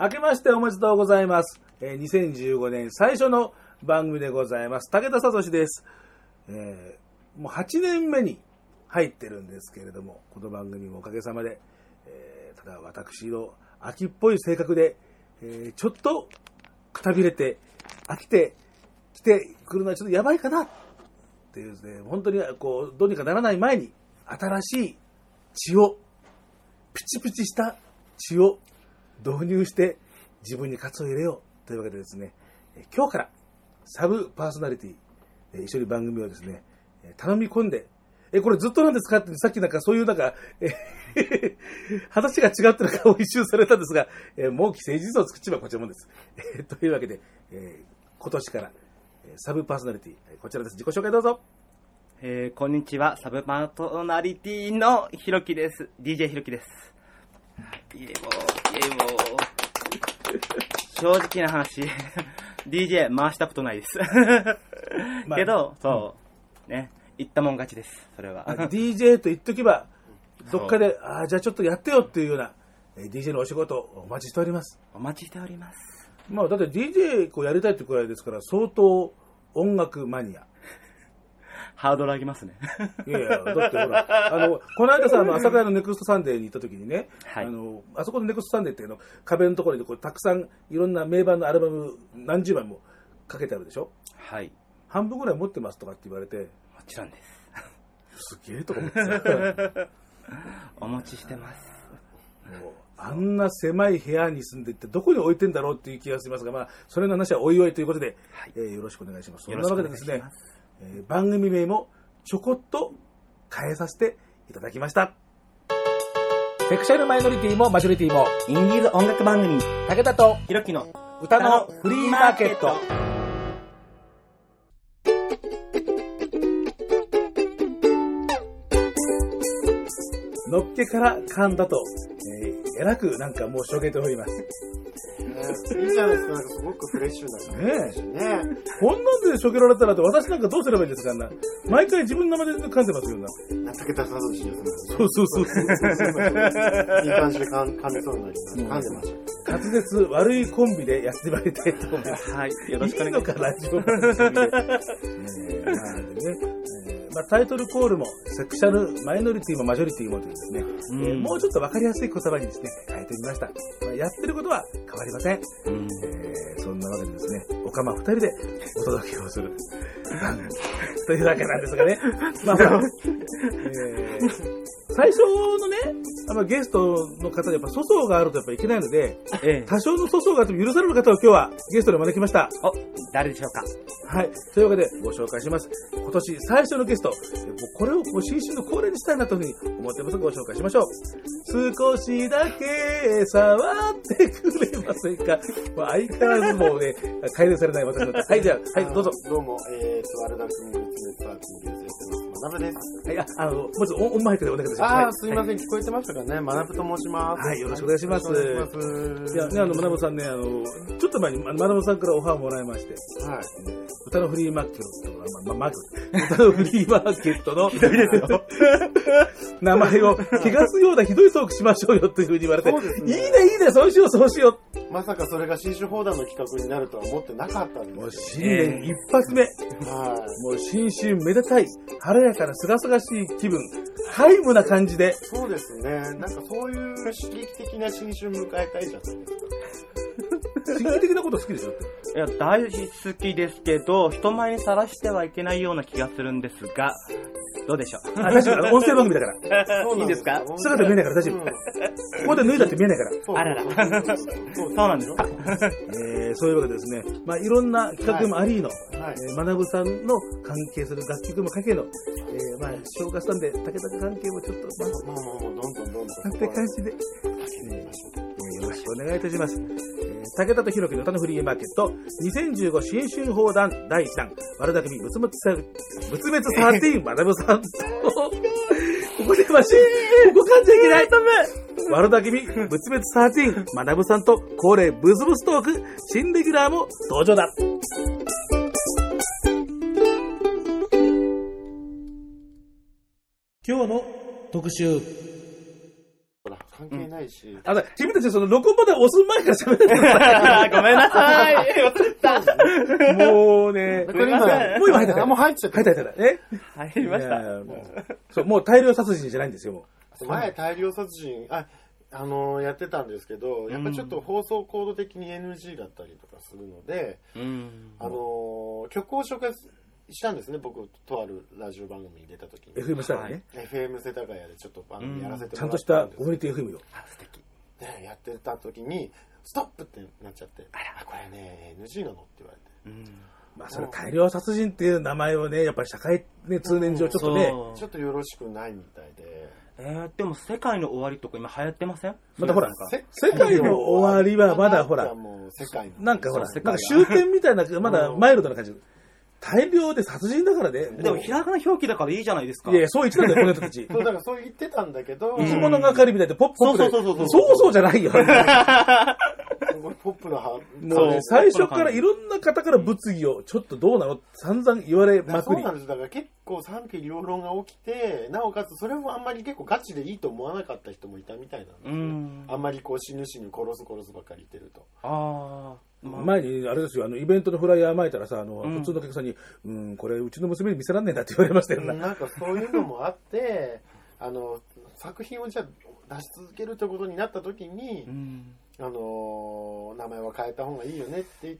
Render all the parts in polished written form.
明けましておめでとうございます。2015年最初の番組でございます。武田聡です。もう8年目に入ってるんですけれども、この番組もおかげさまで、ただ私の秋っぽい性格で、ちょっとくたびれて飽きてきてくるのはちょっとやばいかなっていうですね、本当にこうどうにかならない前に新しい血を、ピチピチした血を導入して自分に喝を入れようというわけでですね、今日からサブパーソナリティ、一緒に番組をですね、頼み込んで、これずっとなんですかってさっきなんかそういうなんか、話が違ってる顔を一周されたんですが、もう既成事実を作っちまうこちらもです。というわけで、今年からサブパーソナリティ、こちらです。自己紹介どうぞ。 こんにちは、サブパーソナリティのひろきです。DJ ひろきです。イエモ正直な話DJ 回したことないですけど、そうね、言ったもん勝ちです。それは DJ と言っとけばどっかでじゃあちょっとやってよっていうような DJ のお仕事をお待ちしております。 お待ちしております。 まあだって DJ こうやりたいってくらいですから相当音楽マニア。 ハードル上げますね。 いやいや、だってほら、この間さ、朝倉のネクストサンデーに行った時にね、 はい、 あそこのネクストサンデーって壁のところにこうたくさんいろんな名盤のアルバム何十枚もかけてあるでしょ。 はい。 半分ぐらい持ってますとかって言われて。 もちろんです。 すげえとか思ってお持ちしてます。 もうあんな狭い部屋に住んでいってどこに置いてんだろうっていう気がしますが、まあそれの話はおいおいということで、はい、よろしくお願いします。そんなわけでですね、番組名もちょこっと変えさせていただきました。セクシャルマイノリティもマジョリティもインディーズ音楽番組武田とひろきの歌のフリーマーケット。のっけから噛んだと、えらくなんかもうしょげております。 いいじゃないですか、なんかすごくフレッシュな感じね。 こんなんでしょげられたらって私なんかどうすればいいんですか。毎回自分の名前で噛んでますよな。 武田さんのですね。 そう。 いい感じで噛んでそうになります。噛んでました。 滑舌悪いコンビでやってまいりたいと思います。 はい、よろしくお願いします。 いいのかラジオ番組で。タイトルコールもセクシャルマイノリティもマジョリティもというですね、もうちょっと分かりやすい言葉にですね変えてみました。やってることは変わりません。そんなわけでですね、おかま2人でお届けをするというわけなんですがね、最初のね、ゲストの方でやっぱ粗相があるとやっぱいけないので、多少の粗相があっても許される方を今日はゲストに招きました。 誰でしょうか。 はい、というわけでご紹介します。今年最初のゲスト、これを新春の恒例にしたいなというふうに思ってますのでご紹介しましょう。少しだけ触ってくれませんか。相変わらずもうね、改善されない私の歌。はい、じゃあ、はい、どうぞ。 どうも、悪だくみ別々パーティーでやってます。学です。 はい、もうちょっとオンマイクでお願いします。 すいません、聞こえてましたかね。学と申します。 はい、よろしくお願いします。いや、ね、学さんね、ちょっと前に学さんからオファーもらいまして、はい。歌のフリーマーケット、歌のフリーマーケットの名前を汚すようなひどいトークしましょうよというふうに言われて、いいね、そうしよう。 まさかそれが新種砲弾の企画になるとは思ってなかったんです。 もう新年一発目。もう新春めでたい、晴れやかなすがすがしい気分、ハイムな感じで。 そうですね。なんかそういう刺激的な新春迎えたいじゃないですか。 刺激的なこと好きでしょって。 いや、大好きですけど、人前にさらしてはいけないような気がするんですが、どうでしょう。 確かに音声番組だから。 いいんですか。 姿見えないから大丈夫。ここで脱いだって見えないから。 あらら。そうなんですか。 そういうわけでですね、いろんな企画もありの、学さんの関係する楽曲もかけの、正月なんで武田関係もちょっとどんどんって感じで、よろしくお願いいたします。武田とひろきの歌のフリーマーケット2015新春砲弾第1弾、悪巧み仏滅13学さんとここでここ噛んじゃいけない。悪巧み仏滅13学さんと恒例ブツブツトーク新レギュラーも登場だ。今日の特集。 完関係ないし。 君たちその録音ボタン押す前から喋ってた。 ごめんなさい。忘れた。 もうね。 これ今入った。 もう入っちゃった。 入った。 入りました。 そう、もう大量殺人じゃないんですよ、もう。前大量殺人、やってたんですけど、やっぱちょっと放送コード的に NG だったりとかするので、曲を紹介したんですね、僕とあるラジオ番組に出た時に。 FM 世田谷ね。 FM 世田谷でちょっと番組やらせてもらったんです。 ちゃんとしたコミュニティ FM よ。 素敵。 で、やってた時に、ストップってなっちゃって、これね、NG なのって言われて。 まあ、それ大量殺人っていう名前をね、やっぱり社会ね、通念上ちょっとね。 ちょっとよろしくないみたいで。 でも世界の終わりとか今流行ってません？ またほら、世界の終わりはまだほら、なんかほら、なんか終点みたいな、まだマイルドな感じ。大量で殺人だからね。 でもひらがな表記だからいいじゃないですか。 いや、そう言ってたんだよ、この人たち。 そう、だからそう言ってたんだけど。 生き物係みたいでポップで。そうじゃないよ。 ポップなもう最初からいろんな方から物議をちょっとどうなのって散々言われまくり。 そうなんです。だから結構賛否両論が起きて、なおかつそれもあんまり結構ガチでいいと思わなかった人もいたみたいなんですね。あんまりこう死ぬ死ぬ殺すばっかり言ってると。 前にあれですよ、イベントのフライヤー巻いたらさ、普通のお客さんに、これうちの娘に見せらんねえんだって言われましたよね。 なんかそういうのもあって、作品をじゃあ出し続けるということになった時に、名前は変えた方がいいよねって言って、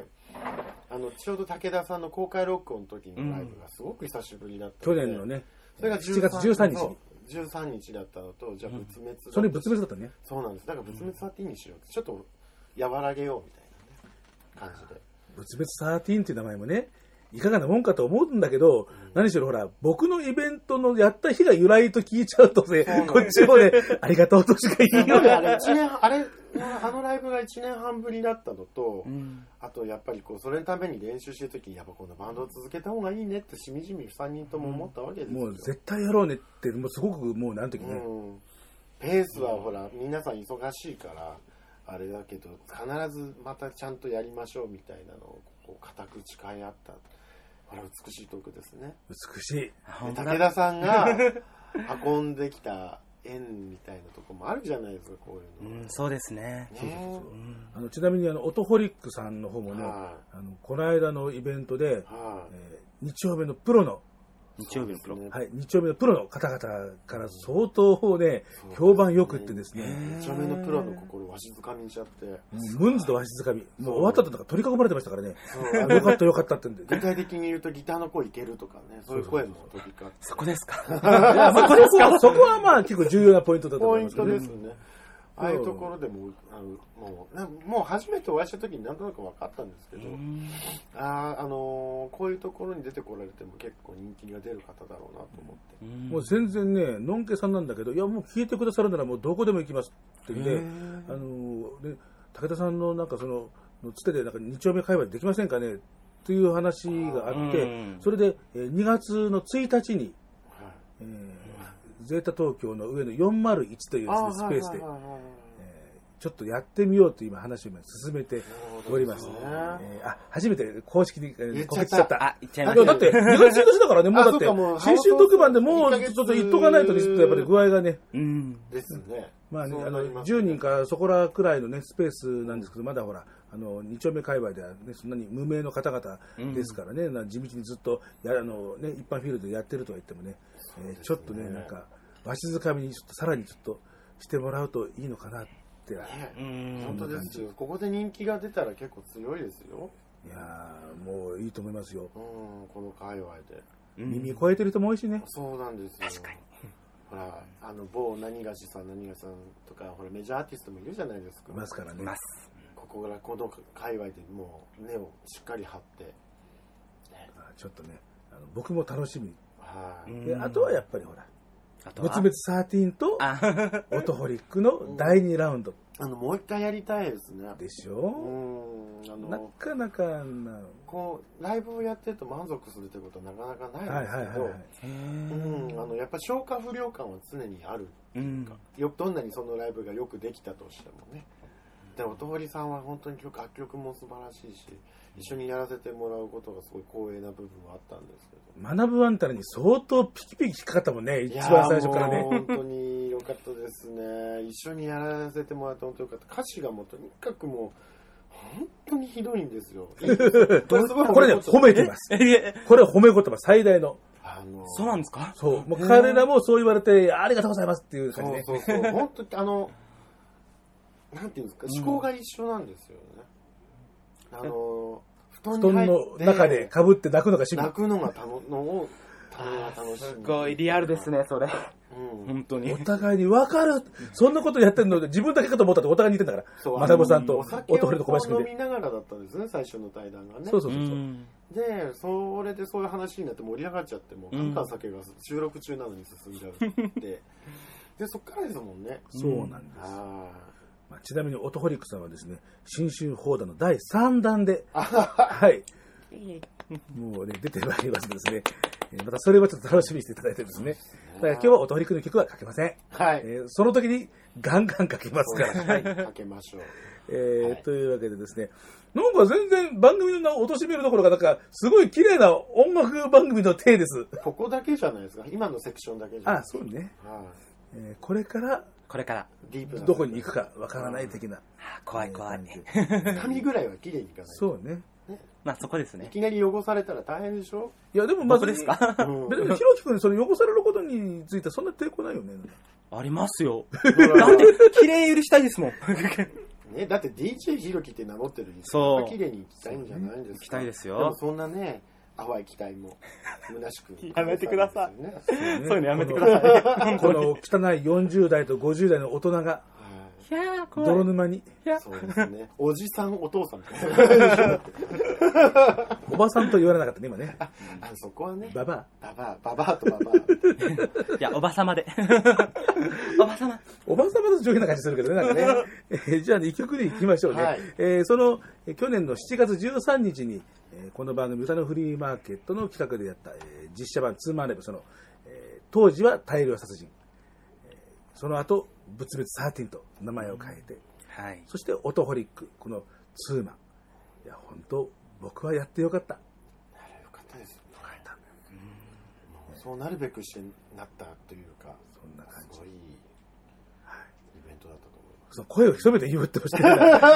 ちょうど武田さんの公開録音の時のライブがすごく久しぶりだったので、 去年のね、 それが 7月13日に。 13日だったのと、じゃあ仏滅だった。 それ仏滅だったね。 そうなんです。だから仏滅13にしようって、ちょっと和らげようみたいな感じで。 仏滅13っていう名前もね、いかがなもんかと思うんだけど、何しろほら、僕のイベントのやった日が由来と聞いちゃうとね、こっちもね、ありがとうとしか言いようがない。 あのライブが1年半ぶりだったのと、あとやっぱりこうそれのために練習してる時にやっぱこのバンドを続けた方がいいねってしみじみ3人とも思ったわけですよ。 もう絶対やろうねって、もうすごくもうなんていうかね、 ペースはほら皆さん忙しいからあれだけど必ずまたちゃんとやりましょうみたいなのをこう固く誓い合った。あれ美しいトークですね。 美しい。 武田さんが運んできた縁みたいなところもあるじゃないですか、こういうの。 そうですね。 ちなみにオトホリックさんの方もね、この間のイベントで、2丁目のプロの日曜日のプロ、 はい、2丁目のプロの方々から相当ね、評判よくってですね、 2丁目のプロの心わしづかみにしちゃって、 ムンズとわしづかみ、もう終わった後なんか取り囲まれてましたからね、よかったよかったってんで、 具体的に言うとギターの声いけるとかね、そういう声も飛び交って、 そこですか。 そこはまあ結構重要なポイントだと思いますね。 ポイントですね。ああいうところでももう初めてお会いした時になんとなく分かったんですけど、こういうところに出てこられても結構人気が出る方だろうなと思って、 もう全然ね、のんけさんなんだけど、いやもう聞いてくださるならもうどこでも行きますって言って、武田さんのなんかそのつてでなんか2丁目会話できませんかねという話があって、それで2月の1日に、ゼータ東京の上の401というですね、スペースで、ちょっとやってみようと今話を進めております。初めて公式に告知しちゃった。 言っちゃいました。 だって2月1日だからね、もうだって新春特番でもうちょっと言っとかないとやっぱり具合がね。 ですね。 まあね、10人かそこらくらいのねスペースなんですけど、まだほら2丁目界隈ではねそんなに無名の方々ですからね、地道にずっと一般フィールドでやってるとは言ってもね、ちょっとねなんかわしづかみにちょっとさらにちょっとしてもらうといいのかなって。 本当ですよ。ここで人気が出たら結構強いですよ。 いやもういいと思いますよ。 この界隈で耳超えてる人も多いしね。 そうなんですよ。確かに。ほら某何がしさんとかほらメジャーアーティストもいるじゃないですか。 いますからね。 この界隈でもう根をしっかり張って、 ちょっとね僕も楽しみ。 であとはやっぱりほら。仏滅13とオトホリックの第2ラウンド。 もう一回やりたいですね。 でしょ。なかなかこうライブをやってると満足するということはなかなかないんですけど、やっぱ消化不良感は常にある。どんなにそのライブがよくできたとしてもね。 で音堀さんは本当に楽曲も素晴らしいし、一緒にやらせてもらうことがすごい光栄な部分はあったんですけど、 学ぶあんたらに相当ピキピキ引っかかったもんね、一番最初からね。 本当に良かったですね。一緒にやらせてもらって本当に良かった。歌詞がもうとにかくもう本当にひどいんですよ。これね、褒めてます。これは褒め言葉最大の。 そうなんですか？ そう。もう彼らもそう言われて、ありがとうございますっていう感じね。 そう本当になんていうんですか、思考が一緒なんですよね。布団の中で被って泣くのが趣味。 泣くのが楽しい。 すごいリアルですね、それ。本当に。 お互いに分かる。そんなことやってるので、自分だけかと思ったってお互いに言ってんだから。学さんと音堀と小林君で。 飲みながらだったんですね、最初の対談がね。 そう。 で、それでそういう話になって盛り上がっちゃっても、カンカン酒が収録中なのに進んじゃうって。で、そっからですもんね。 そうなんです。ちなみに音堀さんはですね、新春放談の第3弾で、はい。もうね、出てまいりますのでですね、またそれはちょっと楽しみにしていただいてですね、だから今日は音堀君の曲はかけません。 はい。 その時にガンガンかけますから。 はい、かけましょう。というわけでですね、なんか全然番組の貶としめるどころか、なんかすごい綺麗な音楽番組の体です。 ここだけじゃないですか。今のセクションだけじゃないですか。 そうね。これからディープなどこに行くかわからない的な。 怖い。 髪ぐらいは綺麗にいかない。 そうね。 まあそこですね。 いきなり汚されたら大変でしょ。 いやでも僕ですか？ でもひろき君それ汚されることについてそんな抵抗ないよね。 ありますよ。だって綺麗許したいですもん。 ね、だって DJ ひろきって名乗ってるにそう綺麗に行きたいんじゃないんですか。 行きたいですよ。 でもそんなね、淡い期待も虚しくやめてください。そういうのやめてください。 この汚い40代と50代の大人が泥沼に。 そうですね。おじさんお父さんおばさんと言われなかったね今ね。 そこはね。 ババアとババア。 いやおばさまで。おばさまと上品な感じするけどね、なんかね。じゃあ1曲に行きましょうね。その去年の7月13日にこの番組歌のフリーマーケットの企画でやった実写版ツーマンライブ、その当時は大量殺人、その後仏滅13と名前を変えて、そして音ホリック、このツーマン。いや本当僕はやってよかった。 よかったです。そうなるべくしてなったというか、 そんな感じ。 すごいイベントだったと思います。 その声を潜めて言うってほしい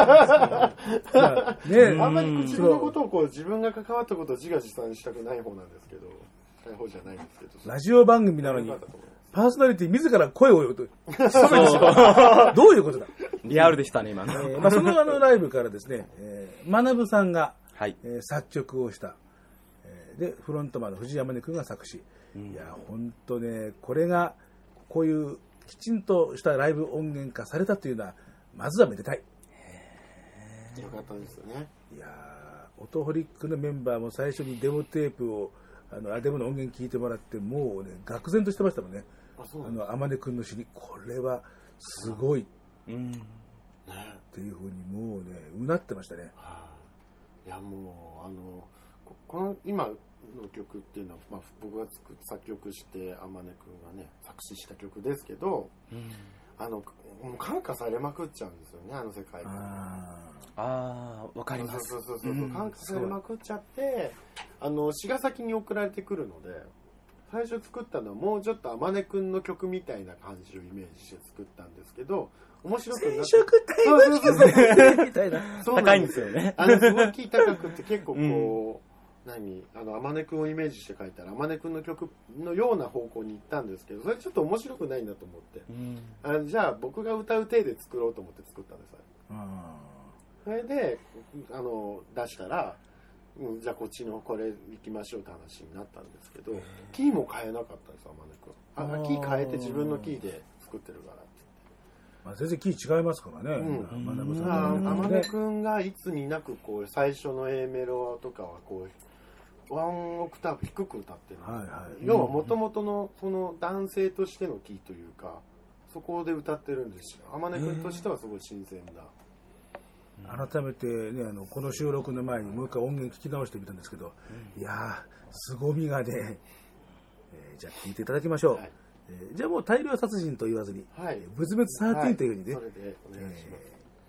ね。あんまり自分のことを自分が関わったことを自画自賛したくない方なんですけど、ない方じゃないんですけど。 ラジオ番組なのにパーソナリティ自ら声をどういうことだ。 リアルでしたね今の。 そのライブからですね、学さんが作曲をした。でフロントマンの藤山根君が作詞。いや本当ね、これがこういうきちんとしたライブ音源化されたというのはまずはめでたい。 よかったですね。 いや音ホリックのメンバーも最初にデモテープをデモの音源聞いてもらってもうね愕然としてましたもんね。天音君の詩にこれはすごいっていうふうにもうねうなってましたね。 いやもうこの今の曲っていうのは、僕が作曲して天音君がね作詞した曲ですけど、もう感化されまくっちゃうんですよね、あの世界観。 わかります。 そう感化されまくっちゃって、詩が先に送られてくるので、最初作ったのはもうちょっと天音くんの曲みたいな感じをイメージして作ったんですけど、面白くなって染色体高いんですよね。 すごいキー高くって結構こう、天音くんをイメージして書いたら天音くんの曲のような方向に行ったんですけど、それちょっと面白くないなと思って、じゃあ僕が歌う体で作ろうと思って作ったんです。それで出したら、じゃあこっちのこれ行きましょうって話になったんですけど、キーも変えなかったんです天音くん。キー変えて自分のキーで作ってるからって。 全然キー違いますからね。 天音くんがいつになく最初の A メロとかはワンオクターブ低く歌ってる。要はもともとのその男性としてのキーというか、そこで歌ってるんですよ。天音くんとしてはすごい新鮮な。 改めてね、この収録の前にもう一回音源聞き直してみたんですけど、いやー凄みがね、じゃあ聞いていただきましょう。じゃあもう大量殺人と言わずに、仏滅13というふうにね、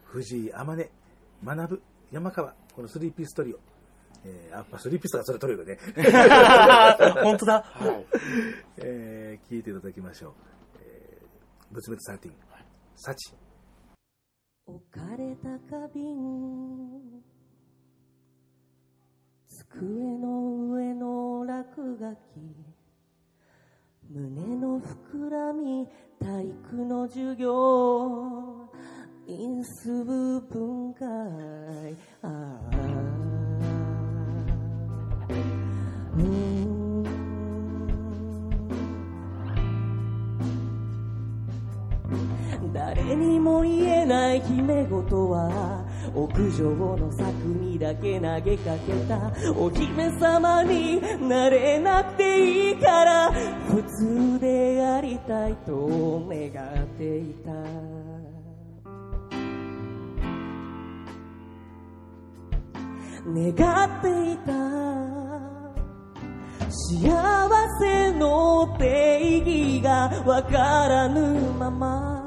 藤井、天音、学、山川、この3ピーストリオ。やっぱ3ピースがそれ取れるね。 本当だ。 はい。聞いていただきましょう。仏滅13、幸。 置かれた花瓶、机の上の落書き、胸の膨らみ、体育の授業、因数分解、誰にも言えない決め事は屋上の柵にだけ投げかけた。お姫様になれなくていいから普通でありたいと願っていた。願っていた幸せの定義がわからぬまま、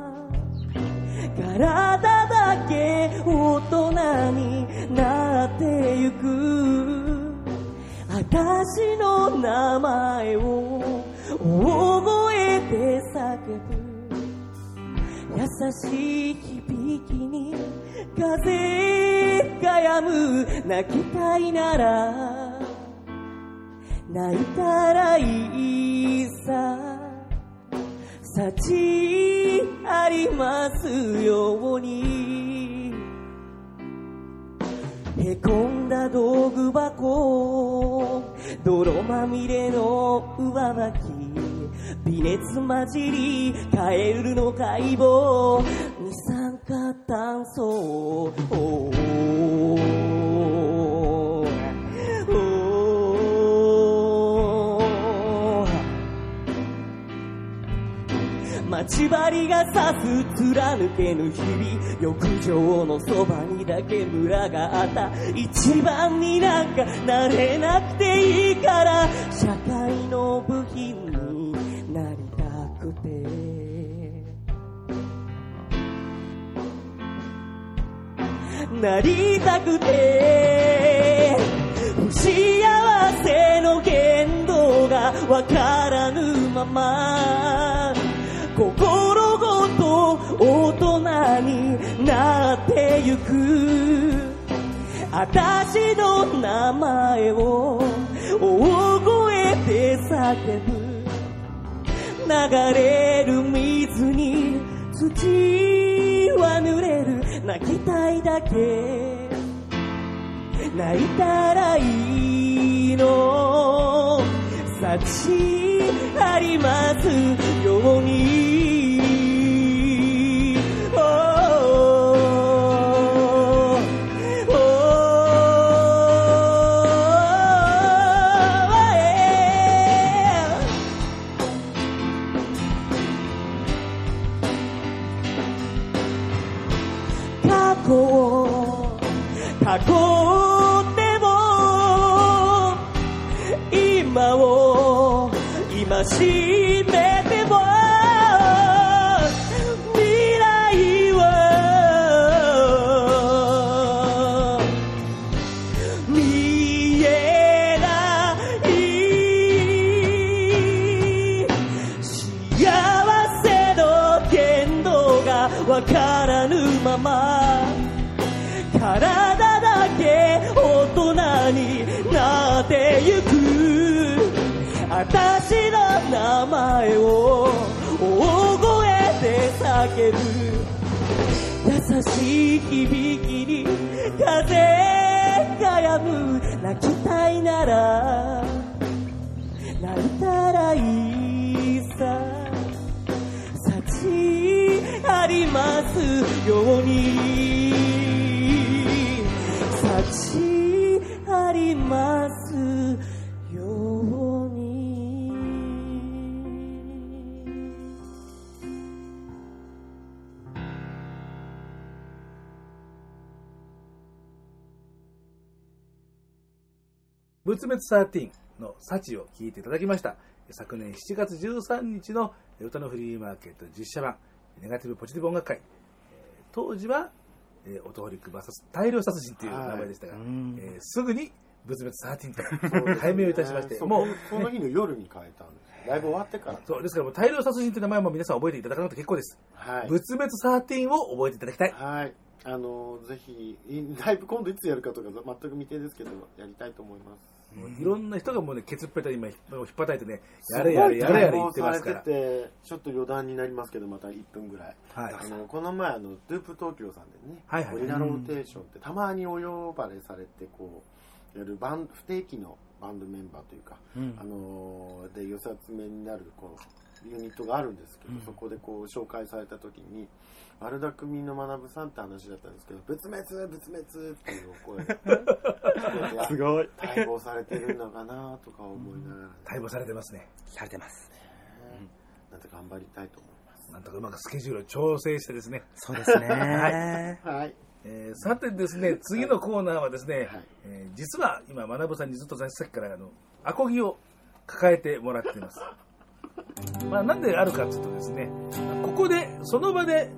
体だけ大人になってゆく。私の名前を大声で叫ぶ。優しい響きに風が止む。泣きたいなら泣いたらいいさ。幸ありますように。へこんだ道具箱、泥まみれの上履き、微熱混じりカエルの解剖、二酸化炭素、待ち針が刺す貫けぬ日々、浴場のそばにだけ村があった。一番になんかなれなくていいから社会の部品になりたくて、なりたくて、不幸せの限度がわからぬまま、心ごと大人になってゆく。私の名前を大声で叫ぶ。流れる水に土は濡れる。泣きたいだけ泣いたらいいの。幸ありますように。過去でも今を戒めても未来は見えない。幸せの限度がわからぬまま、体だけ大人になってゆく。私の名前を大声で叫ぶ。優しい響きに風が止む。泣きたいなら泣いたらいいさ。幸ありますように。幸ありますように。 仏滅13の幸を聴いていただきました。昨年7月13日の歌のフリーマーケット実写版ネガティブポジティブ音楽会、当時はオトホリック VS 大量殺人という名前でしたが、すぐに仏滅13と改名をいたしまして、 もうその日の夜に変えたんです。ライブ終わってから。 そうですから、もう大量殺人という名前も皆さん覚えていただかなくて結構です。はい、仏滅13を覚えていただきたい。 はい。ぜひ、ライブ今度いつやるかとか全く未定ですけど、やりたいと思います。 もういろんな人がもうね、ケツっぺた今引っ叩いてね、やれやれやれやれ言ってますから。 ちょっと余談になりますけど、また1分ぐらい。はい、この前、ドゥープ東京さんでね、オリナローテーションってたまにお呼ばれされて、こう、やる不定期のバンドメンバーというか、で、寄せ集めになる、こう、ユニットがあるんですけど、そこでこう紹介された時に悪巧みの学さんって話だったんですけど、仏滅仏滅っていう声がすごい待望されてるのかなとか思いながら、 待望されてますね。 されてますね。なんと頑張りたいと思います。 なんとかうまくスケジュールを調整してですね。 そうですね。 はい。 さてですね、次のコーナーはですね、実は今学さんにずっとさっきからアコギを抱えてもらっています。なんであるかというとですね、ここでその場で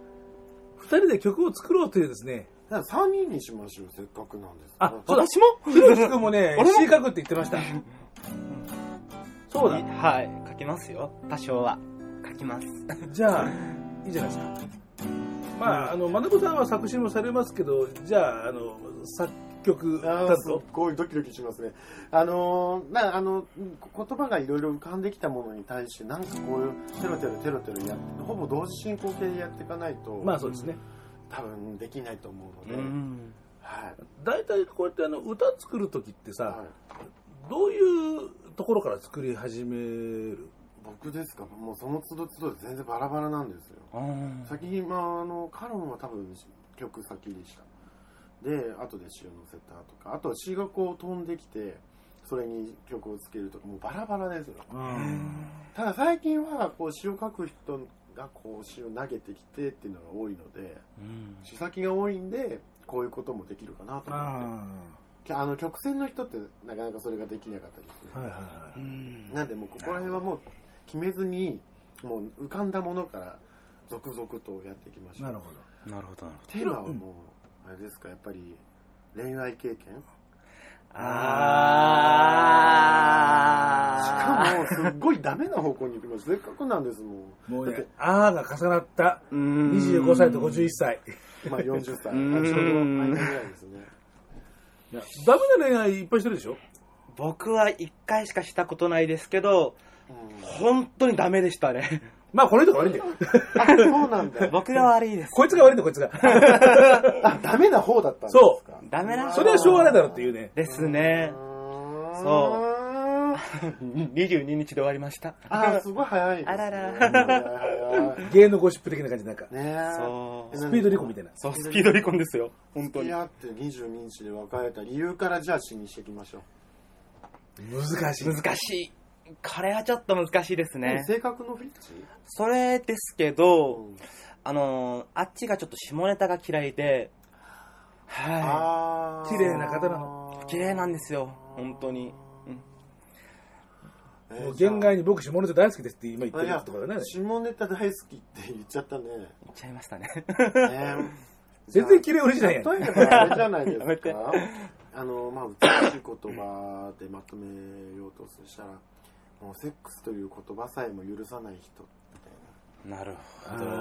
2人で曲を作ろうというですね、 3人にしましょう、せっかくなんですから。 そうだ、私もひろしくんもね、詩書くって言ってました。そうだ。 はい、書きますよ。多少は書きます。 じゃあいいじゃないですか。学さんは作詞もされますけど、じゃあ作曲だすっごいドキドキしますね。言葉がいろいろ浮かんできたものに対して、なんかこういうテロテロやって、ほぼ同時進行形でやっていかないと、 そうですね。 多分できないと思うので、はい。 大体こうやって歌作る時ってさ、どういうところから作り始める？ 僕ですか、もうその都度都度全然バラバラなんですよ。先にカロンは多分曲先でした。で、後で詩を載せたとか、あとは詩がこう飛んできて、それに曲をつけるとか、もうバラバラですよ。ただ最近はこう詩を書く人がこう詩を投げてきてっていうのが多いので、詩先が多いんで、こういうこともできるかなと思って。曲線の人ってなかなかそれができなかったりする。なんでもうここら辺はもう決めずに、もう浮かんだものから続々とやっていきましょう。 なるほど。 テーマはもう、あれですか、やっぱり恋愛経験？しかもすっごいダメな方向に行きます。せっかくなんですもん。 もうね、が重なった25歳と51歳。 40歳。ちょうど間ぐらいですね。 ダメな恋愛いっぱいしてるでしょ？ 僕は1回しかしたことないですけど、本当にダメでしたね。 この人が悪いんだよ。 そうなんだ。 僕が悪いです。 こいつが悪いんだ、こいつが。 ダメな方だったんですか？ そう。 ダメな。 それはしょうがないだろっていうね。 ですね。そう。22日で終わりました。 すごい早い。 あらら。 芸能ゴシップ的な感じなんか。 そう。 スピード離婚みたいな。 そう、スピード離婚ですよ。本当に。 付き合って22日で別れた理由からじゃあ詩にしていきましょう。 難しい。 これはちょっと難しいですね。 性格のフィッチ？ それですけど、あっちがちょっと下ネタが嫌いで、 綺麗な方なの。 綺麗なんですよ、本当に。 もう言外に僕下ネタ大好きですって今言ってるやつとかね。 下ネタ大好きって言っちゃったね。 言っちゃいましたね。 全然綺麗売りじゃないやん。 例えばあれじゃないですか。美しい言葉でまとめようとしたら、もうセックスという言葉さえも許さない人みたいな。 なるほど。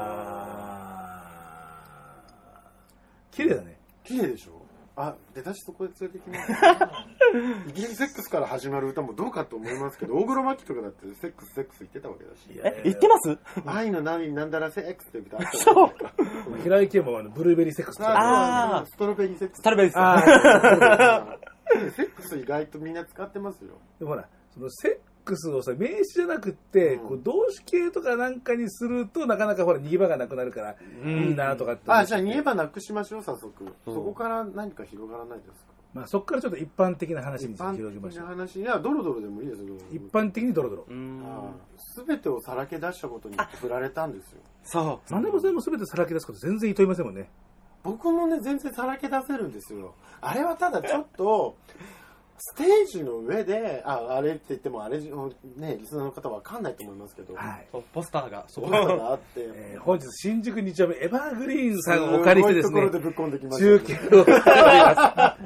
綺麗だね。 綺麗でしょ？出だしそこで連れてきます。いきなりセックスから始まる歌もどうかと思いますけど、大黒摩季とかだってセックス言ってたわけだし。 言ってます？ 愛の何なんだらセックスって歌あったそう。 平井堅もブルーベリーセックス。 ストロベリーセックス。 ストロベリーセックス意外とみんな使ってますよ。 でもほら、そのセックスをさ、名詞じゃなくって、こう動詞形とかなんかにするとなかなかほら逃げ場がなくなるから、いいなとかって。 じゃあ逃げ場なくしましょう、早速。そこから何か広がらないですか？ そこからちょっと一般的な話に広げましょう。 一般的な話、いや、ドロドロでもいいですよ。 一般的にドロドロ。 すべてをさらけ出したことに振られたんですよ。 そう。 学さんもすべてさらけ出すこと全然いといませんもんね。 僕もね、全然さらけ出せるんですよ。あれはただちょっと、 ステージの上で、あれって言っても、あれ、ね、リスナーの方わかんないと思いますけど、 はい、 ポスターが、 ポスターがあって、 本日、新宿2丁目エバーグリーンさんをお借りしてですね、中継をしております。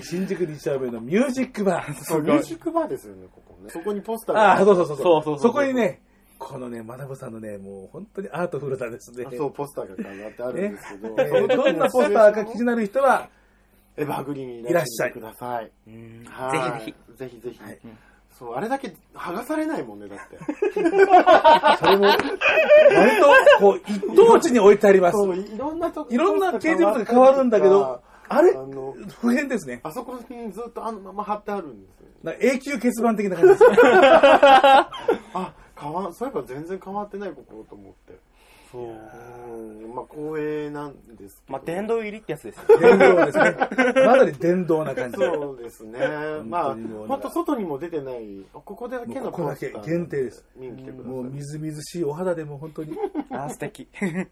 新宿2丁目のミュージックバー。 そう、ミュージックバーですよね、ここね。そこにポスターが。 そう。そこにね、このね、まなぶさんのね、もう本当にアートフルなですね。 そう、ポスターが飾ってあるんですけど。 どんなポスターか気になる人は、 エバーグリーンにいらっしゃいください。ぜひ。そう、あれだけ剥がされないもんね、だって。それも、割と、こう、一等地に置いてあります。 そう、いろんな掲示物が変わるんだけど、あれ不変ですね。 あそこにずっとあのまま貼ってあるんですよ。 永久欠番的な感じです。 そういえば全然変わってないここと思って。そう。まあ光栄なんですけど。 まあ殿堂入りってやつですよ。 殿堂ですね。まさに殿堂な感じ。 そうですね。まあ本当外にも出てない。ここだけのポスター。ここだけ限定です。もうみずみずしいお肌でも本当に。 素敵。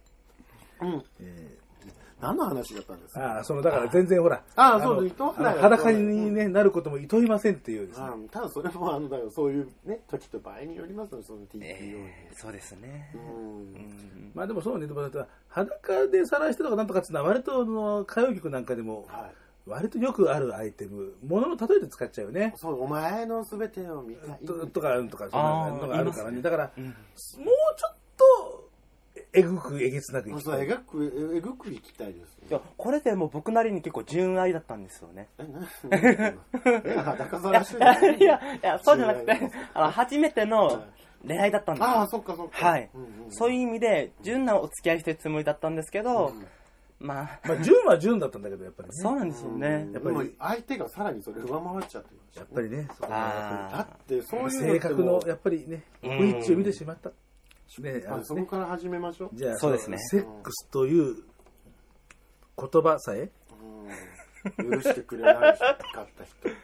何の話だったんですか。 だから全然ほら。裸にねなることも厭いませんっていうですね。 ただそれもそういうね時と場合によりますので、その TPO に。 そうですね。 まあでもそうね、でも裸で晒してとかなんとかっていうのは割と歌謡曲なんかでも割とよくあるアイテム、ものの例えで使っちゃうよね。 そう、お前のすべてを見たいとかそんなのがあるからね。だからもうちょっとえげつなくいきたい。 えぐくいきたいです、ね。 いや、これでもう僕なりに結構純愛だったんですよね。 裸さらしていや、そうじゃなくて、初めての恋愛だったんですよ。 そっか。 はい。そういう意味で、純なお付き合いしてるつもりだったんですけど、まあ純は純だったんだけど、やっぱりね。 そうなんですよね。 やっぱり相手がさらにそれ上回っちゃってました。 やっぱりね。 だってそういう性格のやっぱりね、不一致を見てしまった。 そこから始めましょう。 じゃあ、 そうですね。 セックスという言葉さえ許してくれないかった人。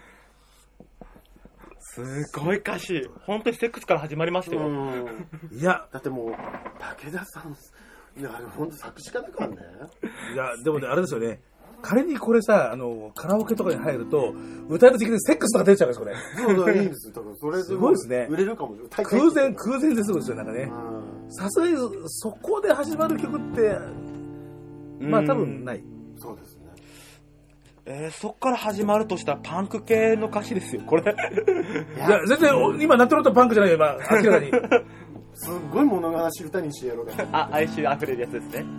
すごい歌詞。本当にセックスから始まりましたよ。 いや、 だってもう武田さん、本当作詞家だからね。 いや、でもね、あれですよね。仮にこれさ、カラオケとかに入ると、歌いた時にセックスとか出ちゃうんです、これ。 そう、いいんですよ。だからそれすごいですね。 売れるかも。 空前絶後ですよ、なんかね。さすがに、そこで始まる曲って、まあ多分ない。 そうですね。そっから始まるとしたらパンク系の歌詞ですよ、これ。 いや、全然、今、ナットロットパンクじゃないよ、今、明らかに。 すっごい物悲し歌にしてやろうか。 哀愁溢れるやつですね。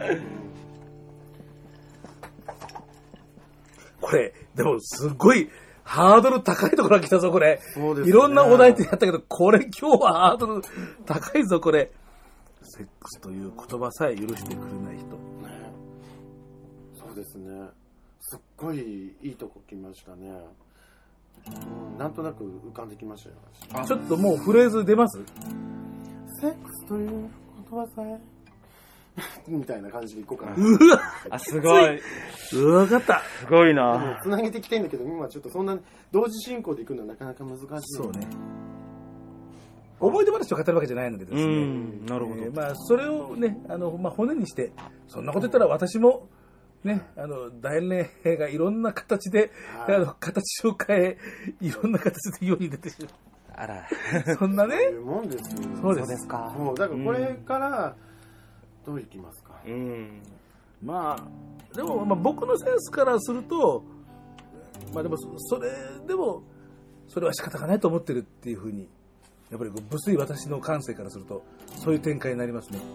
これ、でもすごいハードル高いところが来たぞ、これ。そうですね。いろんなお題ってやったけど、これ今日はハードル高いぞ、これ。セックスという言葉さえ許してくれない人。 そうですね。すっごいいいとこ来ましたね。なんとなく浮かんできましたよ。 ちょっともうフレーズ出ます？ セックスという言葉さえみたいな感じでいこうかな。 すごい。 わかった。 すごいな。 つなげていきたいんだけど、今ちょっとそんな同時進行でいくのはなかなか難しい。 そうね。思い出話を語るわけじゃないのでですね。 なるほど。 まあそれをね、骨にして、そんなこと言ったら私もね、大恋愛がいろんな形で、形を変え、いろんな形で世に出てしまう。 あら。 そんなね。そういうもんですよ。 そうですか。 もうだからこれからどういきますか。 まあでも僕のセンスからすると、まあでもそれは仕方がないと思ってるっていうふうに、やっぱり無粋私の感性からするとそういう展開になりますね。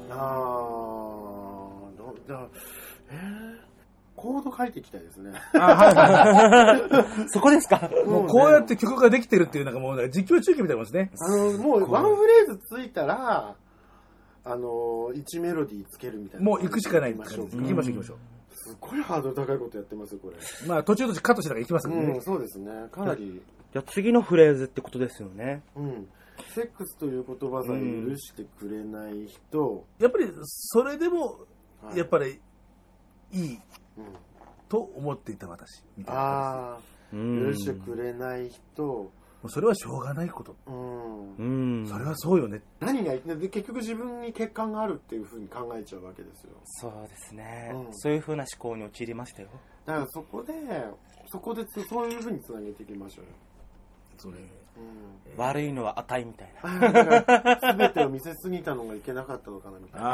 コード書いていきたいですね。 そこですか。 もうこうやって曲ができてるっていう、なんかもう実況中継みたいなもんですね。 もうワンフレーズついたら、1メロディーつけるみたいな。 もう行くしかない。行きましょう。 すごいハードル高いことやってますよ、これ。 まあ途中カットしながら行きますけどね。 そうですね。かなり。 じゃあ次のフレーズってことですよね。 セックスという言葉さえ許してくれない人。 やっぱりそれでも、やっぱりいい。と思っていた私みたいな。 許してくれない人、 うそれはしょうがないこと。それはそうよね。 何がで結局自分に欠陥があるっていうふうに考えちゃうわけですよ。 そうですね、そういうふうな思考に陥りましたよ。 だからそこでそういうふうにつなげていきましょうよ。 それ、 悪いのは値みたいな。 全てを見せすぎたのがいけなかったのかなみたい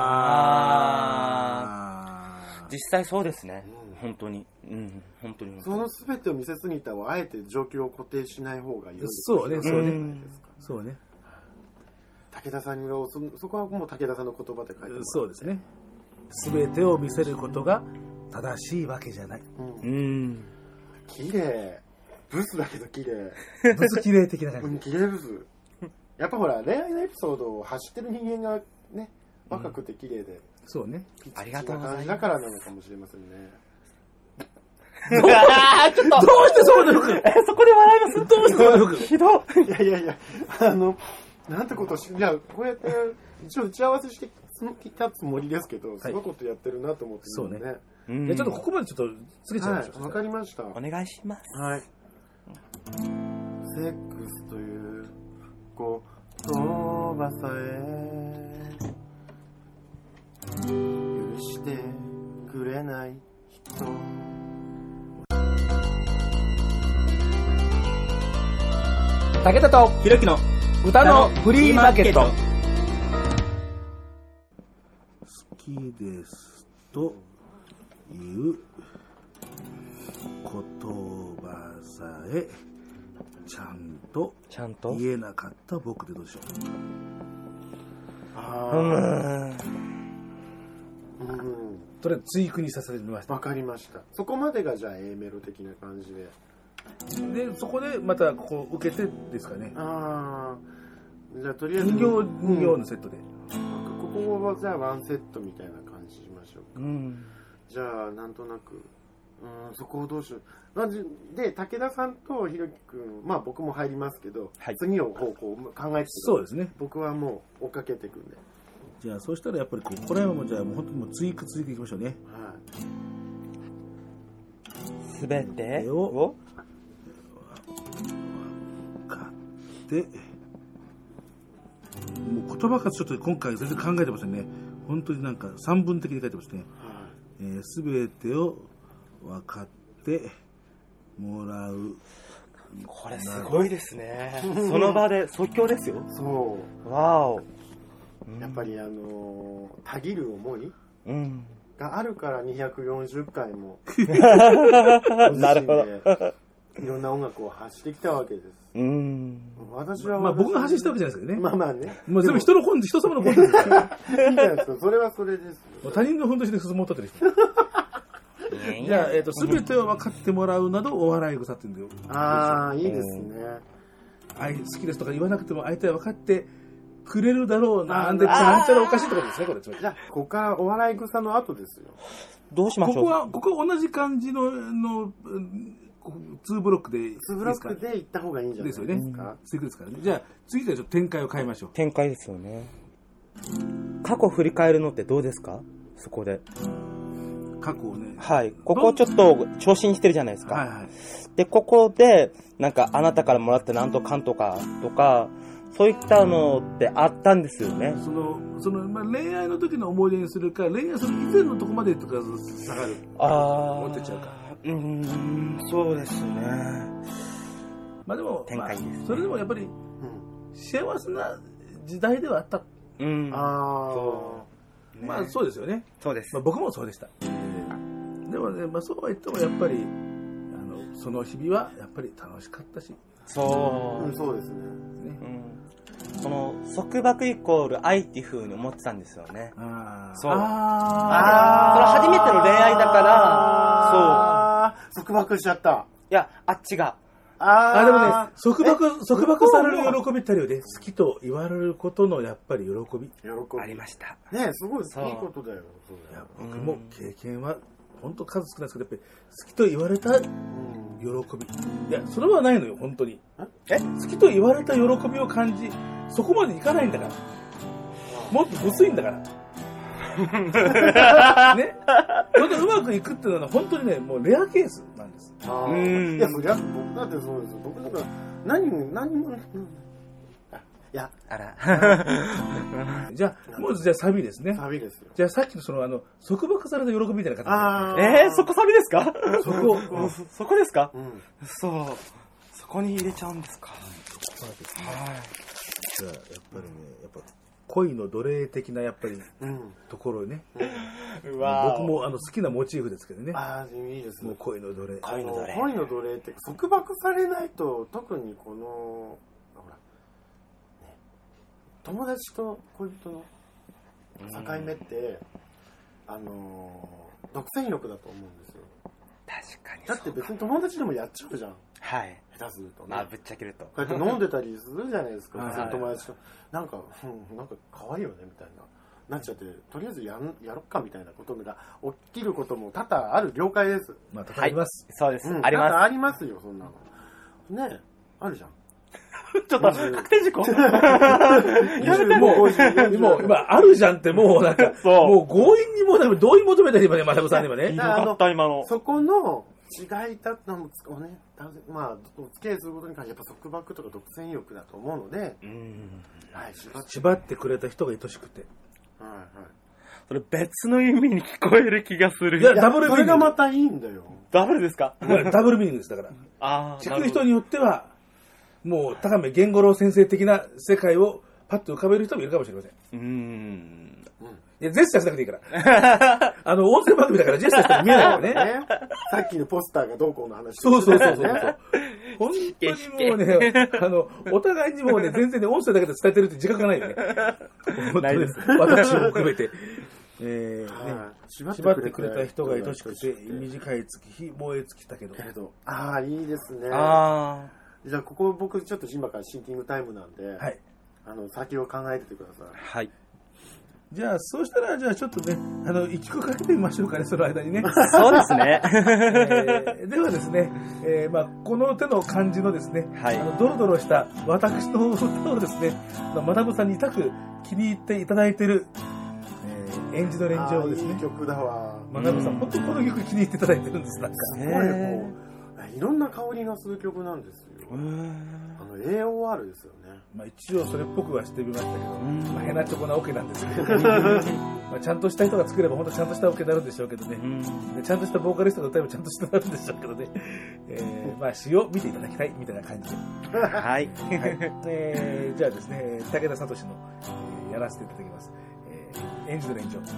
な。実際そうですね、本当に、本当に。 その全てを見せすぎたをあえて状況を固定しない方がいい。 そうね、そうね、そうね。 武田さんにはそこはもう武田さんの言葉で書いてます。 そうですね。全てを見せることが正しいわけじゃない。 綺麗。ブスだけど綺麗。 ブス綺麗的な感じ。 綺麗ブス。やっぱほら恋愛のエピソードを走ってる人間がね、若くて綺麗で。 そうね。 ありがとうございます。 だからなのかもしれませんね。 ちょっとどうしてそうなのか。 そこで笑います。 どうしてそうなのか。 ひどい。いやなんてことじゃあこうやって一応打ち合わせしてきたつもりですけど、すごいことやってるなと思ってるんでね。 じゃあちょっとここまでちょっとつけちゃいましょう。 わかりました。 お願いします。 はい。セックスという言葉さえ許してくれない人。 武田とひろきの歌のフリーマーケット。好きですという言葉さえちゃんと言えなかった僕でどうでしょう。それ追句にさせてみました。 わかりました。そこまでがじゃあ A メロ的な感じで。 でそこでまたこう受けてですかね。 じゃあとりあえず人形のセットで、 ここはじゃあワンセットみたいな感じしましょうか。じゃあなんとなくそこをどうしよう。で武田さんとひろきくん、まあ僕も入りますけど、次を方向考えて、 そうですね。 僕はもう追っかけていくんで。 じゃあそうしたらやっぱりこれはもうじゃあもう本当にもう追加いきましょうね。 すべてを買ってもう言葉数ちょっと今回全然考えてませんね。本当になんか三分的に書いてますね。すべてを分かってもらう。 これすごいですね。その場で即興ですよ。 そう。 わお。 やっぱりたぎる思いがあるから240回もなるほど。 いろんな音楽を発してきたわけです。私はまあ僕が発信したわけじゃないですけどね。 まあね。 もう全部人様のコンテンツですから。 いいじゃないですか。それはそれです。 他人のふんどしで進もうとってる人。じゃあすべてを分かってもらうなどお笑い草って言うんだよ。 いいですね。 好きですとか言わなくても相手は分かってくれるだろうなんでなんちゃらおかしいってことですね、これ。 じゃあここからお笑い草の後ですよ。 どうしましょう。 ここは同じ感じの2ブロックでいいですか。 2ブロックで行った方がいいんじゃないですか。 ですからね。じゃあ次からちょっと展開を変えましょう。 展開ですよね。過去振り返るのってどうですか。そこで過去をね。 はい。ここちょっと調子にしてるじゃないですか。でここでなんかあなたからもらったなんとかんとかとか。そういったのってあったんですよね。 まあ、恋愛の時の思い出にするか、恋愛する以前のとこまでとか下がる。持ってっちゃうか。 そうですね。 まあでも、 展開ですね。 それでもやっぱり、幸せな時代ではあった。まあそうですよね。 そうです。 まあ、僕もそうでした。でもね、まあそうは言ってもやっぱり、その日々はやっぱり楽しかったし。 そうですね。 その束縛イコール愛っていう風に思ってたんですよね。そう。それ初めての恋愛だから、 束縛しちゃった。 いや、あっちが。 でもね、束縛される喜びってあるよね。好きと言われることのやっぱり喜び。 ありました。 ね、すごいいいことだよ。 僕も経験は本当数少ないですけど、やっぱり好きと言われた喜び。いや、それはないのよ、本当に。好きと言われた喜びを感じ、そこまでいかないんだから。もっと薄いんだから。ね。それでうまくいくっていうのは本当にね、もうレアケースなんです。 いや、そりゃ僕だってそうですよ。僕なんか何も、いや、 あら。 じゃあ、もうじゃあサビですね。 サビですよ。 じゃあさっきの束縛された喜びみたいなあ形。そこサビですか？そこですか？そう。そこに入れちゃうんですか。 そうですね。じゃあ、やっぱりね、恋の奴隷的なやっぱりところね。僕も好きなモチーフですけどね。 いいですね。 もう恋の奴隷。 恋の奴隷って束縛されないと、特にこのほら、ね、友達と恋人の境目って、独占欲だと思うんですよ。 確かに。 だって別に友達でもやっちゃうじゃん。 はい。 下手するとね。 まあぶっちゃけると。 こうやって飲んでたりするじゃないですか。別に友達となんか可愛いよねみたいななっちゃって、とりあえずやろっかみたいなことが起きることも多々ある了解です。 まあ多々あります。 そうです。あります。 ありますよそんなの。ね、あるじゃん。 ちょっと確定事項。 もう今あるじゃんってもうなんかもう強引にもう同意求めたり今ね、まなぶさんにはね。 そこの違いだったのもね、まあお付き合いすることに関してやっぱ束縛とか独占欲だと思うので、 縛ってくれた人が愛しくて。 それ別の意味に聞こえる気がする。 いやダブルミーニング。 それがまたいいんだよ。 ダブルですか？ ダブルミーニングですだから。聞く人によってはもう高見源五郎先生的な世界をパッと浮かべる人もいるかもしれません。いや、ジェスチャーしなくていいから。音声番組だからジェスチャーしても見えないからね。 さっきのポスターがどうこうの話。 そう。本当にもうね、お互いにもうね、全然ね、音声だけで伝えてるって自覚がないよね。 ないです。 私も含めて。縛ってくれた人が愛しくて、短い月日、燃え尽きたけど。 いいですね。じゃあ、ここ僕ちょっと今からシンキングタイムなんで、先を考えててください。 はい。 じゃあ、そうしたら、じゃあちょっとね、一曲かけてみましょうかね、その間にね。 そうですね。 ではですね、この手の感じのですね、ドロドロした私の歌をですね、まなぶさんに痛く気に入っていただいている、エンジの連城をですね。 いい曲だわ。 まなぶさん、本当この曲気に入っていただいてるんです、なんか。 すごいもう、いろんな香りがする曲なんですよ。AOR ですよね。 一応それっぽくはしてみましたけど、ヘナチョコなオケなんですけど、ちゃんとした人が作れば本当ちゃんとしたオケになるんでしょうけどね、ちゃんとしたボーカリストが歌えばちゃんとしたなるんでしょうけどね、詩を見ていただきたいみたいな感じで。 はい。 じゃあですね、武田聡の、やらせていただきます。エンジの連城。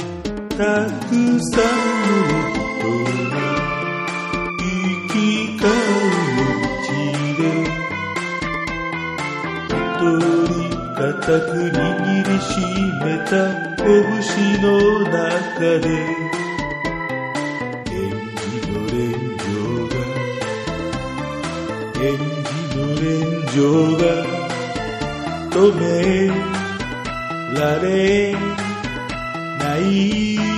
たくさんの人が生き返たく握りしめた拳の中で演技の連城が演技の連城が止められない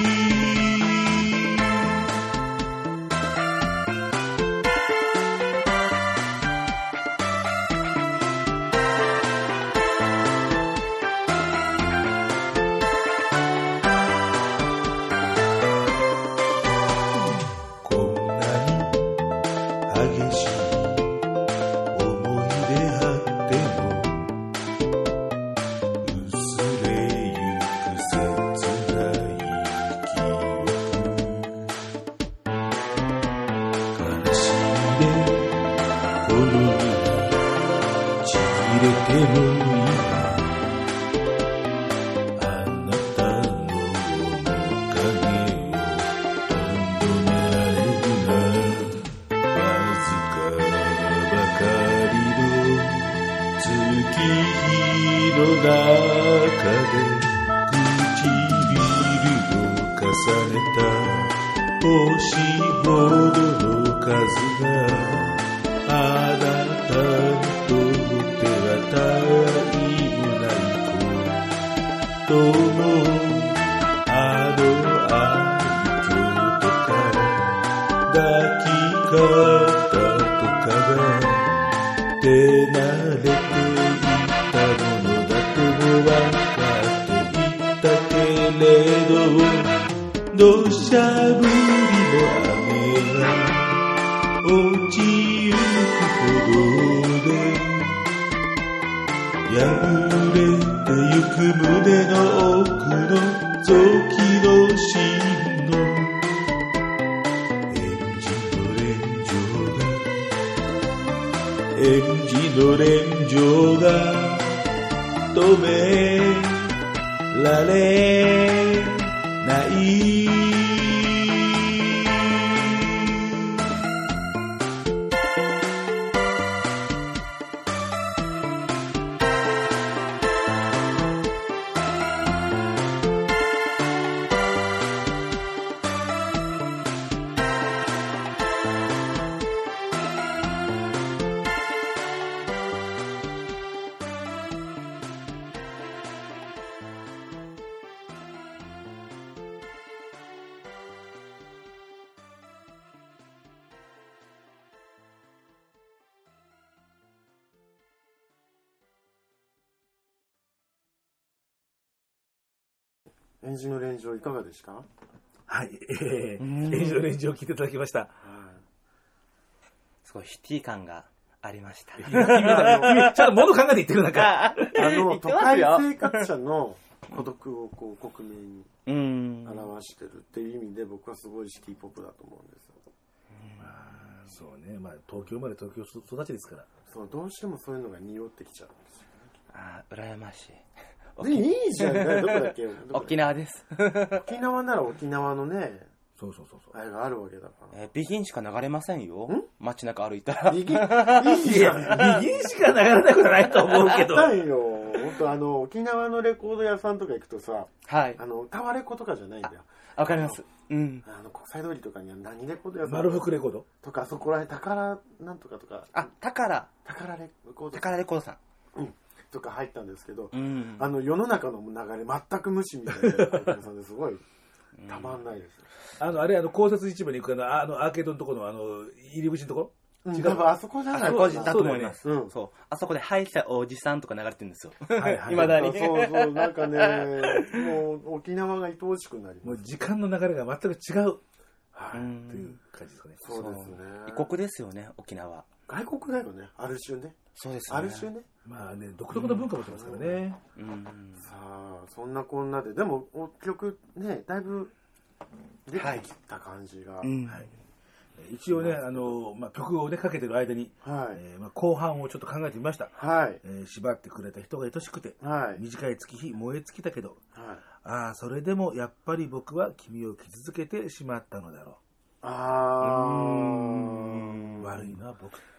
演じの連城いかがでした？ はい、演じの連城を聞いていただきました。 すごいシティ感がありました。 君ちょっと物考えて言ってるなんか。 都会生活者の孤独をこう克明に表してるっていう意味で僕はすごいシティポップだと思うんですよ。 そうね、まあ東京生まれ東京育ちですから。 そう、どうしてもそういうのが匂ってきちゃうんですよね。 ああ、羨ましい。 いいじゃん、どこだっけ？ 沖縄です。 沖縄なら沖縄のね、 そうあれがあるわけだから。 ビギンしか流れませんよ。街中歩いたら。 ビギンしか流れないことないと思うけど。 ないよ。本当沖縄のレコード屋さんとか行くとさ、 はい。 タワレコとかじゃないんだよ。 わかります。 うん。国際通りとかには何レコード屋さん？ 丸福レコードとか、そこらへん、宝なんとかとか。 宝レコード。 宝レコードさん。 うん。とか入ったんですけど、 うん、 世の中の流れ全く無視みたいなさんですごいたまんないです。 あれ公設市場に行くアーケードのところの入り口のところ、 違う、あそこじゃない。 あそこだと思います。 そう、 そうあそこで歯医者おじさんとか流れてるんですよ。 いまだに。 そう、なんかね、もう沖縄が愛おしくなります。 もう時間の流れが全く違う。という感じですかね。 そうですね。 異国ですよね、沖縄。 外国だよね、ある種ね。 そうですね。 ある種ね。 まあね、独特の文化持ってますからね。 さあ、そんなこんなで、でも、曲ね、だいぶ出てきた感じが。 一応ね、曲をね、かけてる間に、後半をちょっと考えてみました。縛ってくれた人が愛しくて、短い月日燃え尽きたけど、それでもやっぱり僕は君を傷つけてしまったのだろう。悪いな、僕。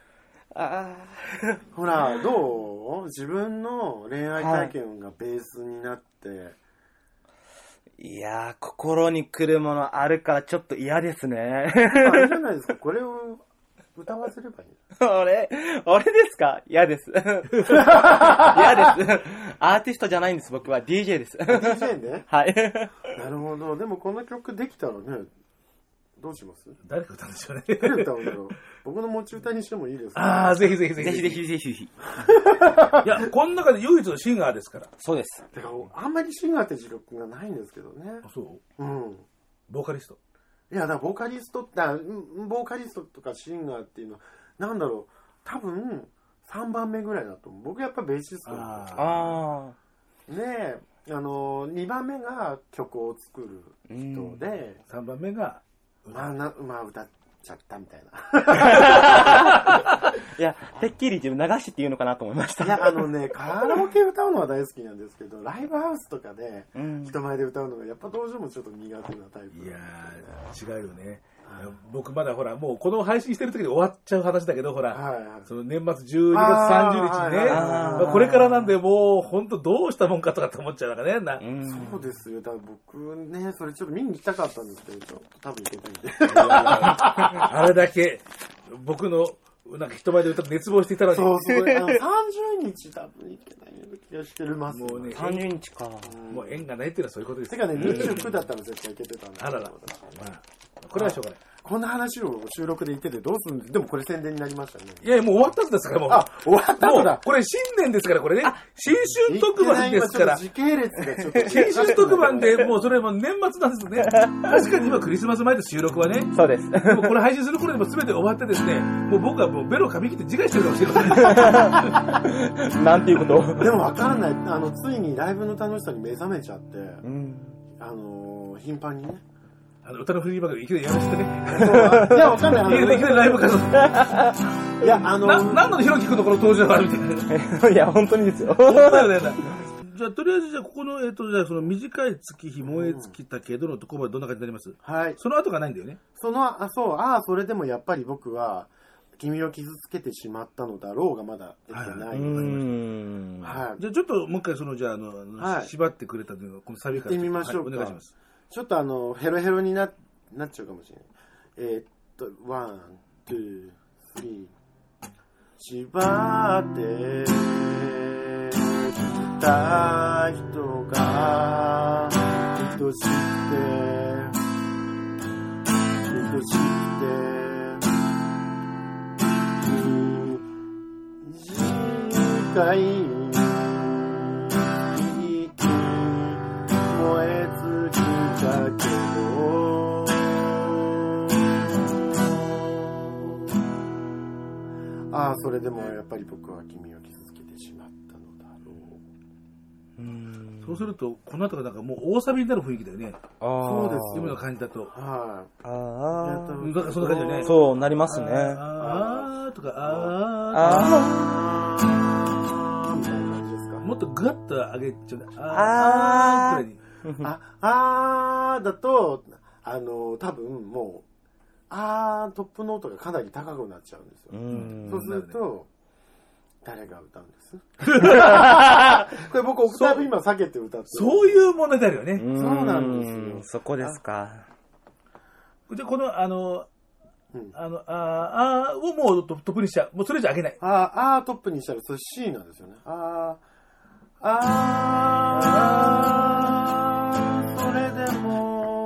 ほら、どう？自分の恋愛体験がベースになって、 いやー、心に来るものあるからちょっと嫌ですね。 あれじゃないですか、これを歌わせればいい。 俺ですか？嫌です。嫌です。アーティストじゃないんです、僕は DJ です。 DJ ね。 はい。 なるほど。でもこの曲できたらね、どうします？ 誰が歌うんでしょうね。 誰歌うんだろう。僕の持ち歌にしてもいいですか？ ああ、ぜひ。 ぜひ。 いや、この中で唯一のシンガーですから。 そうです。 だからあんまりシンガーって自覚がないんですけどね。 あ、そう？ うん。 ボーカリスト。 いや、だからボーカリストとかシンガーっていうのは、なんだろう、多分3番目ぐらいだと思う。僕やっぱベーシストなんですよ。 ああ。で、2番目が曲を作る人で、 3番目が歌っちゃったみたいな。 いや、てっきり自分流しって言うのかなと思いました。 いや、カラオケ歌うのは大好きなんですけど、ライブハウスとかで人前で歌うのがやっぱどうしてもちょっと苦手なタイプ。 いやー、違うよね。僕まだほら、もうこの配信してる時に終わっちゃう話だけど、ほら、その年末12月30日にね、これからなんでもう本当どうしたもんかとかって思っちゃうからね。 そうですよ。だから僕ね、それちょっと見に行きたかったんですけど、ちょっと多分行けないんで。 あれだけ僕のなんか人前で歌って熱望していたら、 そう、30日多分行けない気がしてます。 もうね、30日か。 もう縁がないっていうのはそういうことです。 てかね、29だったら絶対行けてたんだ。 あらら。これはしょうがない。 こんな話を収録で言っててどうするんでもこれ宣伝になりましたね。 いや、もう終わったんですから、もう。 あ、終わったんだ。 これ新年ですから、これね。新春特番ですから。 時系列がちょっと。 新春特番で、もうそれも年末なんですね。確かに今クリスマス前の収録はね。 そうです。 でもこれ配信する頃にも全て終わってですね、もう僕はもうベロ噛み切って自害してるかもしれません。 なんていうことでもわかんない。ついにライブの楽しさに目覚めちゃって、頻繁にね。 歌のフリーバックいきなりやらせてね。 いや、わかんない。 いきなりライブかと。 いや、 何のひろきくんのこの登場があるみたいな。 いや、本当にですよ。 本当だよね。じゃあ、とりあえず、じゃあ、ここの、じゃあ、その短い月日燃え尽きたけどのところはどんな感じになります？ はい。 その後がないんだよね。 それでもやっぱり僕は、君を傷つけてしまったのだろうがまだ出てない。 はい。じゃあ、ちょっともう一回、じゃあ、縛ってくれたというのこのサビから。 行ってみましょうか。 お願いします。 ちょっとヘロヘロになっちゃうかもしれない。ワン、ツー、スリー。縛ってきた人が愛しくて短い燃え尽きたけどそれでもやっぱり僕は君を傷つけてしまったのだろう。 そうするとこの後がなんかもう大サビになる雰囲気だよね。 そうです。 今の感じだと。 なんかそんな感じだよね。 そうなりますね。 とかみたいな感じですか。 もっとグワッと上げちゃう。くらいに。 だと多分もうトップノートがかなり高くなっちゃうんですよ。そうすると誰が歌うんですこれ僕オクターブ今避けて歌ってそういう問題だよね。 そうなんですよ。 そこですか。 じゃあこのをもうトップにしちゃう。もうそれじゃ上げない。 トップにしたらそれ C なんですよね。それでも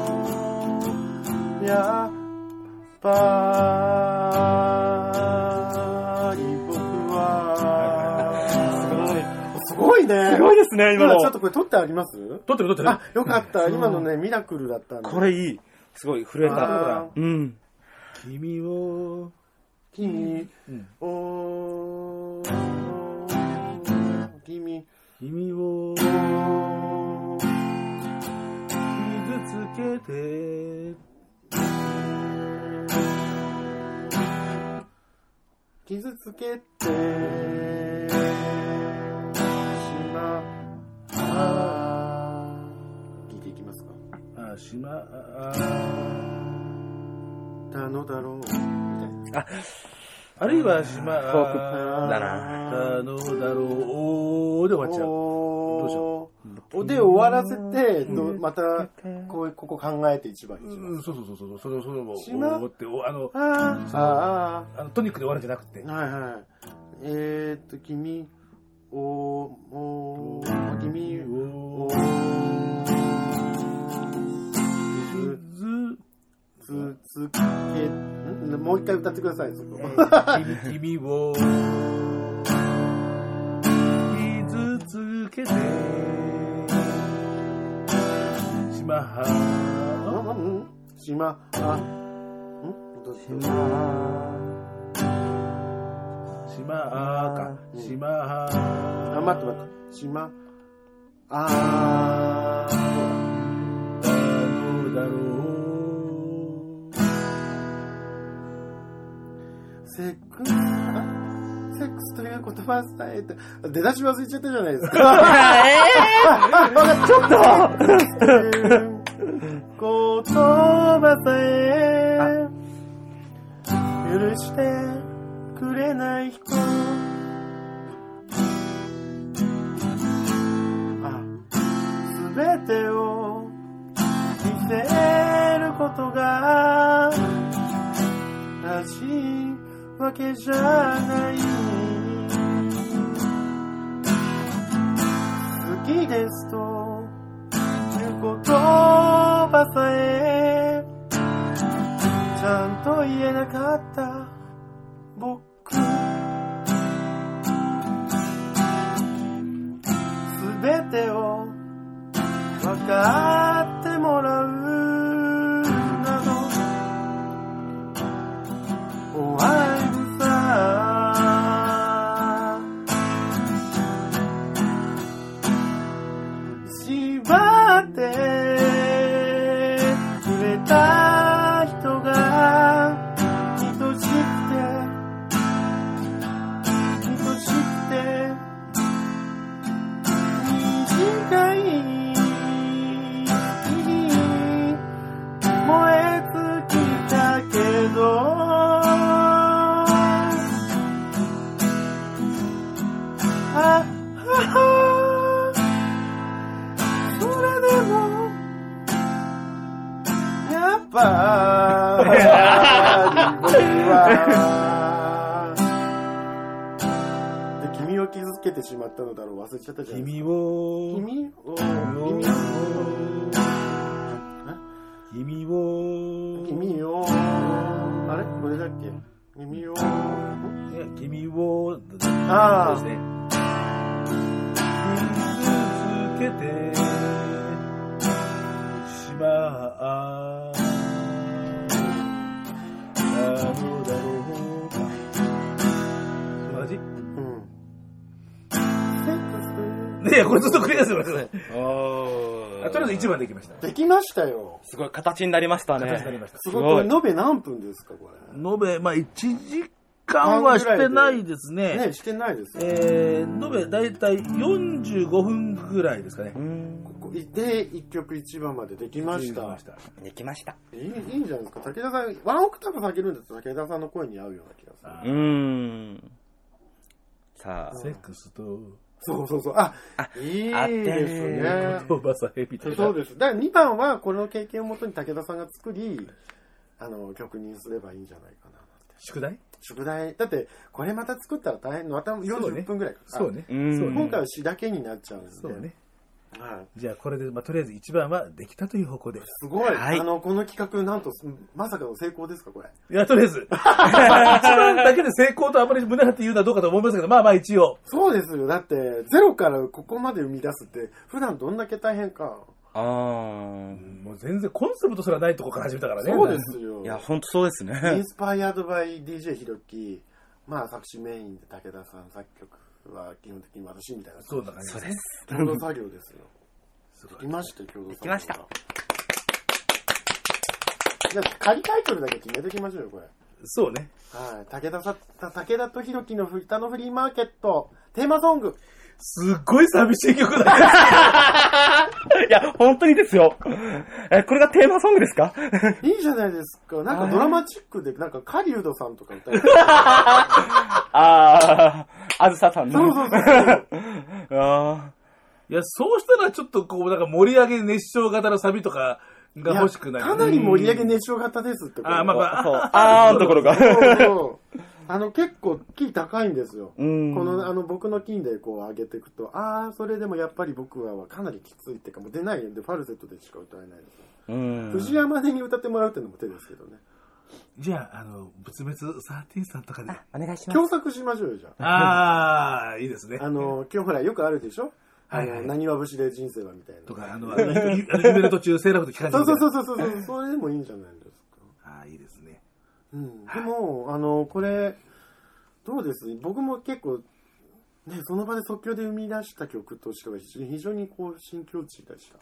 やっぱり僕はすごいね。 すごいですね、今の。 ちょっとこれ撮ってあります？ 撮ってる。 よかった。今のね、ミラクルだったんで。 これいい。すごい、震えた。 君を傷つけて傷つけてしま聞いていきますか。 しまたのだろうみたいな。 あるいはしまだな。 のだろうで終わっちゃう。どうしよう。で終わらせて、また、ここ考えて一番にします。 そう。それを島思って、トニックで終わるんじゃなくて。 はいはい。君を、君を、もう一回歌ってください、そこ。 君を傷つけてしまはしまはしまかしまは待ってしまだろうセックスという言葉さえ出だし忘れちゃったじゃないですか。 ちょっと言葉さえ許してくれない人、すべてを見せることが正しいわけじゃない。好きですという言葉さえちゃんと言えなかった僕、すべてを分かってもらうなどお愛さ縛ってくれた人が愛しくて短い日に燃え尽きたけどそれでもやっぱり僕はで君を傷つけてしまったのだろう、忘れちゃったじゃないですか。君をあれこれだっけ、君をそうですね、 傷つけてしまだろうか。同じ？ねえ、これずっと繰り返してますね。とりあえず1番できました。 できましたよ。 すごい形になりましたね。 すごい。これ延べ何分ですかこれ？ 延べ1時間はしてないですね。 ね、してないですよ。 延べだいたい45分ぐらいですかね。 ここで1曲1番までできました。 できました。 いいんじゃないですか。武田さん、ワンオクターブ下げるんだったら武田さんの声に合うような気がする。 さあ。 セックスと。 そう。いいですね。 言葉さえみたいな。 そうです。だから2番はこの経験をもとに武田さんが作り、曲にすればいいんじゃないかな。 宿題だってこれまた作ったら大変の、また40分ぐらいかかる。 そうね。 今回は詩だけになっちゃうんで。 そうね。じゃあこれで、とりあえず1番はできたという方向で。 すごい。この企画なんとまさかの成功ですかこれ。 いや、とりあえず1番だけで成功とあまり胸張って言うのはどうかと思いますけど、まあ一応。 そうですよ。だってゼロからここまで生み出すって普段どんだけ大変か。 もう全然コンセプトすらないとこから始めたからね。 そうですよ。 いや、ほんとそうですね。 インスパイアドバイ DJ ひろき、作詞メインで武田さん、作曲は基本的に私みたいな。 そうだね。 そうです。 共同作業ですよ。できました、共同作業。 できました。 じゃあ仮タイトルだけ決めておきましょうよ、これ。 そうね。 はい。武田とひろきの歌のフリーマーケット、テーマソング。 すっごい寂しい曲だいや、本当にですよ。これがテーマソングですか？ いいじゃないですか。なんかドラマチックで、なんか狩人さんとか歌える。 あずささんの。 そうそうそう。 いや、そうしたらちょっとこう、なんか盛り上げ熱唱型のサビとかが欲しくなる。 かなり盛り上げ熱唱型ですって。 まあまあ。のところが。 そう結構キー高いんですよ。この僕の金でこう上げていくと、それでもやっぱり僕はかなりきついっていうか、もう出ないんでファルセットでしか歌えないです。藤山根に歌ってもらうっていうのも手ですけどね。 じゃあ、仏滅13さんとかで。 お願いします。 共作しましょうよ、じゃあ。いいですね。 今日ほらよくあるでしょ？何は節で人生はみたいな。 とか、夢の途中、セーラー服着替えて。 そう、それでもいいんじゃないですか。 いいですね。 でも、これ、どうです？僕も結構、ね、その場で即興で生み出した曲としては非常にこう、新境地でした。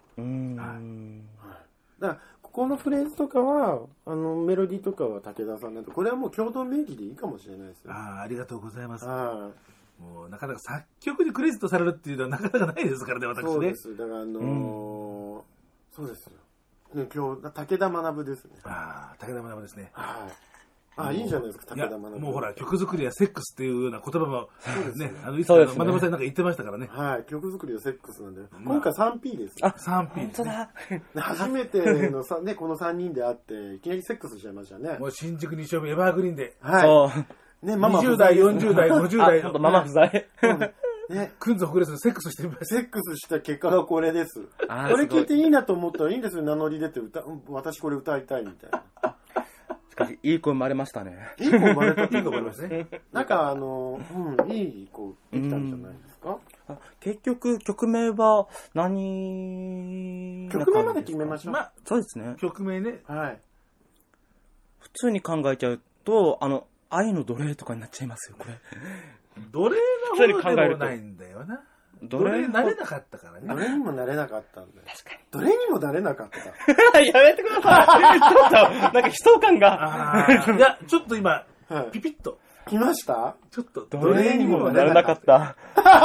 だから、ここのフレーズとかは、メロディーとかは武田さんなんて、これはもう共同名義でいいかもしれないですよ。 ありがとうございます。もうなかなか作曲にクレジットされるっていうのはなかなかないですからね、私ね。 そうです。だからそうですよ。ね、今日、武田学ですね。 武田学ですね。 いいじゃないですか、武田学。 もうほら、曲作りはセックスっていうような言葉も、ね、いつか学さんなんか言ってましたからね。 曲作りはセックスなんで。今回 3P です。 3P。 本当だ。 初めてのね、この3人で会って、いきなりセックスしちゃいましたね。 もう新宿2丁目エバーグリーンで。 そう。ね、ママ 20代、40代、50代。 ママ不在。 ね。 くんぞほぐれずセックスしてみました。 セックスした結果がこれです。これ聞いていいなと思ったらいいんですよ、名乗り出て私これ歌いたいみたいな。 しかし、いい子生まれましたね。 いい子生まれたっていい子生まれますね。なんかいい子できたんじゃないですか？ 結局、曲名は曲名まで決めましょう。 そうですね。 曲名ね。 普通に考えちゃうと、愛の奴隷とかになっちゃいますよ、これ。 奴隷の方でもないんだよな。奴隷になれなかったからね。 奴隷にもなれなかったんだよ。 確かに。 奴隷にもなれなかった。 やめてください。ちょっと、なんか悲壮感が。 いや、ちょっと今、ピピッと。 来ました？ ちょっと、 奴隷にもなれなかった。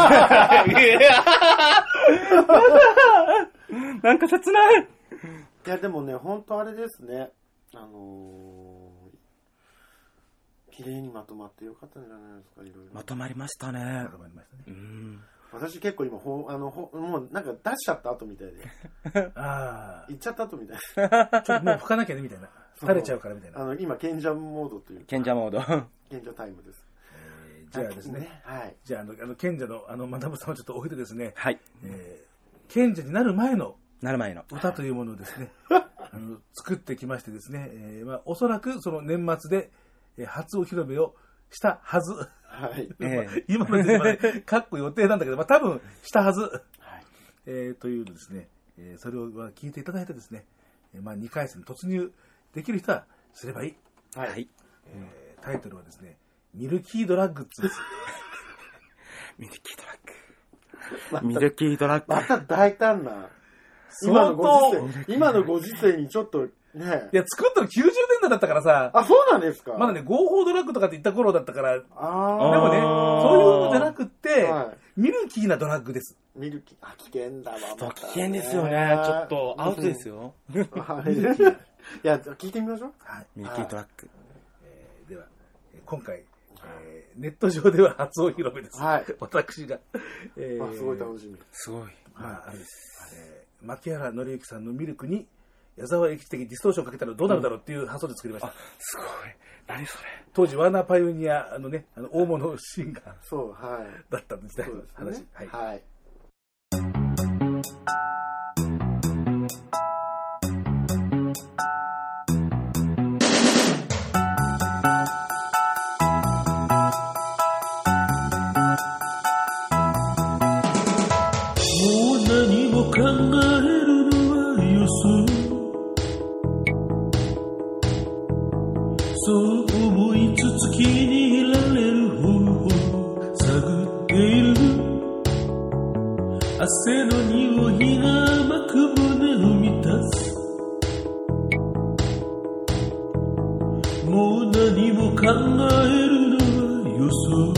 なんか切ない。 いや、でもね、本当あれですね。綺麗にまとまってよかったんじゃないですか、いろいろ。 まとまりましたね。 私結構今、もうなんか出しちゃった後みたいで。行っちゃった後みたいな。ちょっともう吹かなきゃね、みたいな。垂れちゃうからみたいな。 今、賢者モードという。 賢者モード。 賢者タイムです。 じゃあですね。じゃあ、賢者の、マダムさんをちょっと置いてですね。賢者になる前の歌というものをですね、作ってきましてですね、おそらくその年末で、初お披露目をしたはず。今ので、かっこ予定なんだけど、多分したはず。というのですね、それを聞いていただいてですね、2回戦突入できる人はすればいい。タイトルはですね、ミルキードラッグってです。 ミルキードラッグ。ミルキードラッグ。 また大胆な。今のご時世にちょっと、ね、 いや、作ったの90年代だったからさ。 そうなんですか？ まだね、合法ドラッグとかって言った頃だったから。でもね、そういうのじゃなくて、ミルキーなドラッグです。 ミルキー、危険だわ。 危険ですよね。ちょっとアウトですよ。 いや、聞いてみましょう。 ミルキードラッグ。 では、今回、ネット上では初お披露目です。私が。 すごい楽しみ。 すごい。 あれです。牧原紀之さんのミルクに、矢沢永吉的ディストーションかけたらどうなるだろうっていう発想で作りました。 すごい。何それ。 当時、ワーナーパイオニアのね、大物シンガーだった時代の話。はい。 もう何も考えるのはよそ。そう思いつつ気に入られる方法を探っている。汗の匂いが甘く胸を満たす。 もう何も考えるのはよそ。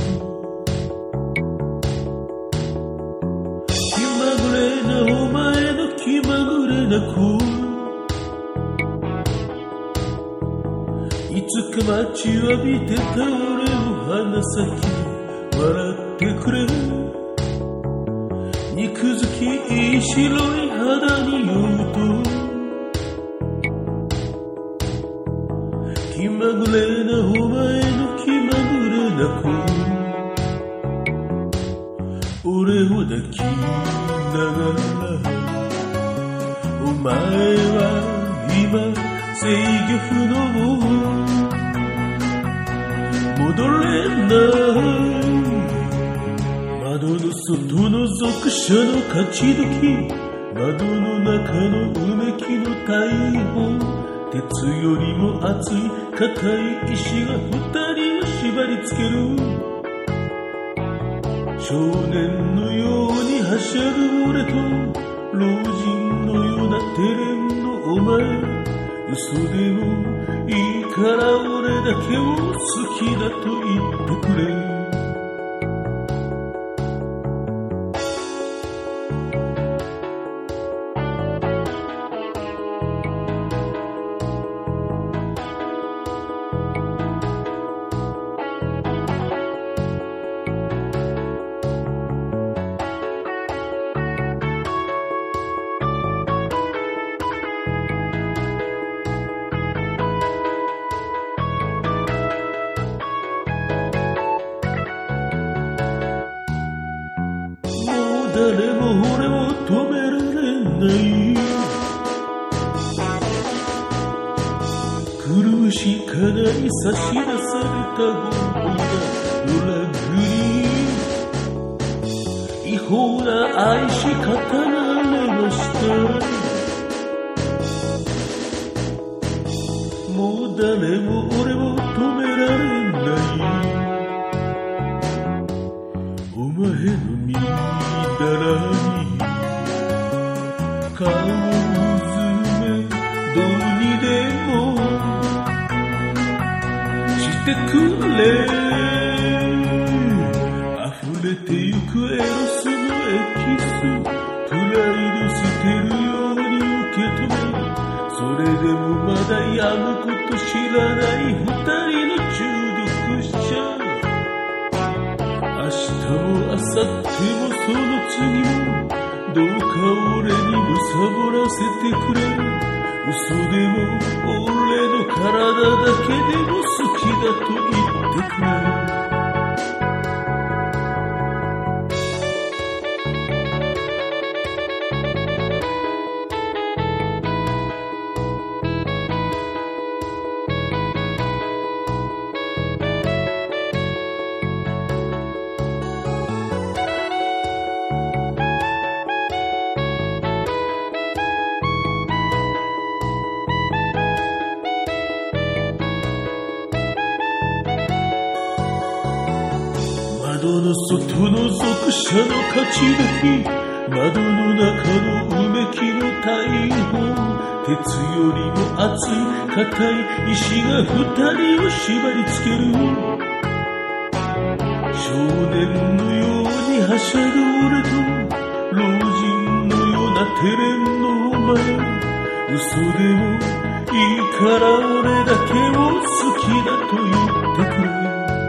気まぐれなお前の気まぐれな声、いつか待ちわびてた俺の鼻先笑ってくれ。肉付き白い肌に酔うと、気まぐれなお前の気まぐれな声、俺を抱きながら、お前は今制御不能、戻れない。窓の外覗く車の勝ち時、窓の中のうめきの大砲、鉄よりも熱い硬い石が二人を縛り付ける。少年のようにはしゃぐ俺と、老人のようなテレンのお前、嘘でもいいから俺だけを好きだと言ってくれ。誰も俺を止められない。苦しいかなり差し出された本がドラッグに違法な愛し方がありました。もう誰も俺を止められない。お前の身だらに顔をうずめ、どうにでもしてくれ。溢れてゆくエロスのエキス、プライド捨てるように受け止め、それでもまだやむこと知らない二人の中毒者。明日も明後日もその次も、どうか俺にむさぼらせてくれ。嘘でも俺の体だけでも好きだと言ってくれ。窓の外覗く車の勝ち時、窓の中のうめきの大砲、鉄よりも熱い硬い石が二人を縛り付ける。少年のようにはしゃぐ俺と、老人のようなテレンのお前、嘘でもいいから俺だけを好きだと言ってくれ。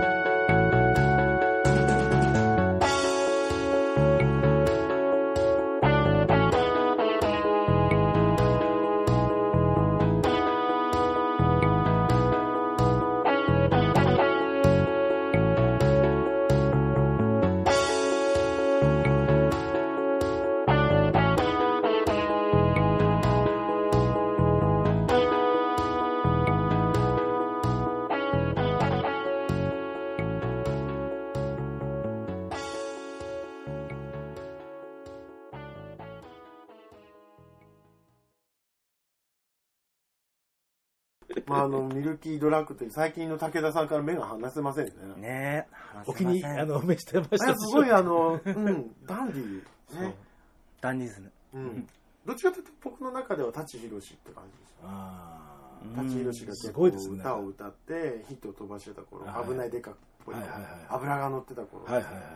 まあ、ミルキードラッグという最近の武田さんから目が離せませんね。 ねえ、 お気に召してました。 すごいダンディーね。 ダンディズム。 どっちかというと僕の中では舘ひろしって感じです。 舘ひろしが結構歌を歌ってヒットを飛ばしてた頃、危ないデカっぽい油が乗ってた頃、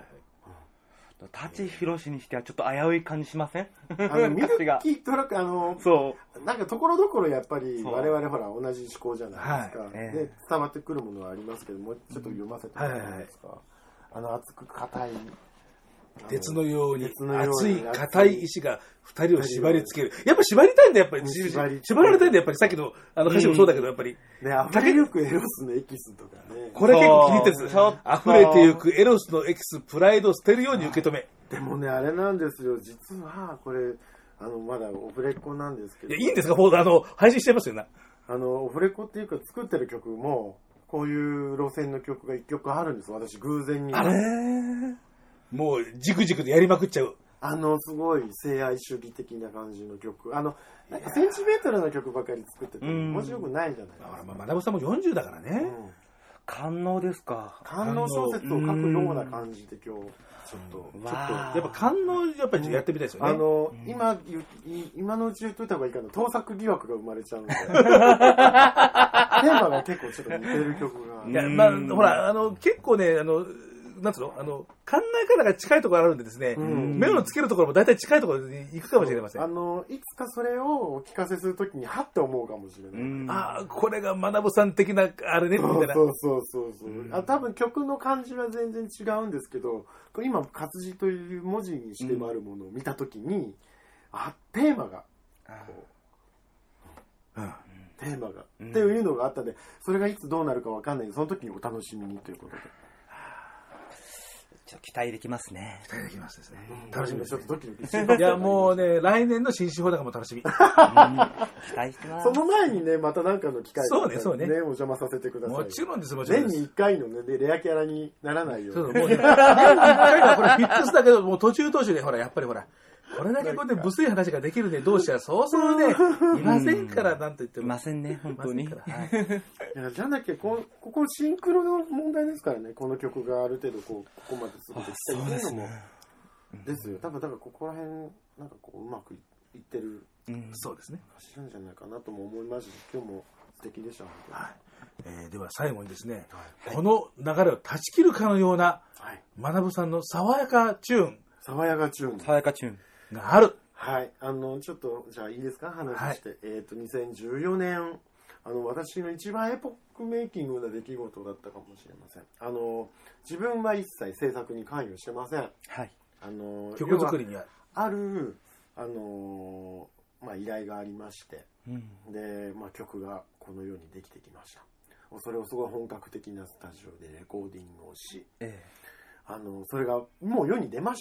舘ひろしにしてはちょっと危うい感じしません？ ミルキートラックそうなんかところどころやっぱり我々ほら同じ思考じゃないですか、で伝わってくるものはありますけども、ちょっと読ませてもらっていいですか？熱く硬い鉄のように熱い硬い石が二人を縛り付ける。やっぱ縛りたいんだ、やっぱり。縛られたいんだ、やっぱり。さっきの歌詞もそうだけど、やっぱり。 ね、溢れゆくエロスのエキスとかね。 これ結構気に入ってるんです。溢れてゆくエロスのエキス、プライドを捨てるように受け止め。 でもね、あれなんですよ。実は、これ、まだオフレコなんですけど。 いいんですか？もう、配信しちゃいますよね。 オフレコっていうか、作ってる曲も、こういう路線の曲が一曲あるんです。私、偶然に。 もう、じくじくでやりまくっちゃう。 すごい性愛主義的な感じの曲。なんかセンチメートルの曲ばかり作ってて、面白くないじゃないですか。 学さんも40だからね。 官能ですか。 官能小説を書くような感じで今日、ちょっと、 やっぱ官能やっぱりやってみたいですよね。 今のうち言っといた方がいいかな。盗作疑惑が生まれちゃうので。テーマが結構ちょっと似てる曲が。 いや、ほら、結構ね、なんつうの考え方が近いところがあるんでですね、目をつけるところも大体近いところに行くかもしれません。 いつかそれをお聞かせするときにはって思うかもしれない。これが学さん的なあれね、みたいな。 そう。多分曲の感じは全然違うんですけど、今活字という文字にしてあるものを見たときに、テーマがっていうのがあったんで、それがいつどうなるかわかんない。その時にお楽しみにということで。 期待できますね。 期待できますですね。楽しみです。 ちょっとドキドキしてます。 いや、もうね、来年の新手法だからも楽しみ。期待してます。 その前にね、またなんかの機会そうね、 お邪魔させてください。 もちろんです、もちろんです。 年に1回のね、レアキャラにならないように。 年に1回はこれフィックスだけど、もう途中で、ほら、やっぱりほら、これだけこうやって無粋話ができるね、同士はそうそうね、いませんから、なんと言っても。 いませんね、本当に。 いや、じゃなきゃ、ここシンクロの問題ですからね、この曲がある程度ここまですぐできたりするのも。ですよ。多分、だからここら辺、なんかうまくいってる。 そうですね。 走るんじゃないかなとも思いますし、今日も素敵でした、 では最後にですね、この流れを断ち切るかのような、学さんの爽やかチューン。 爽やかチューン。 爽やかチューン。 がある。 はい。ちょっと、じゃあいいですか、話して。2014年、私の一番エポックメイキングな出来事だったかもしれません。自分は一切制作に関与してません。 はい。 曲作りにある、依頼がありまして、で、曲がこのようにできてきました。それをすごい本格的なスタジオでレコーディングをし、それがもう世に出ました。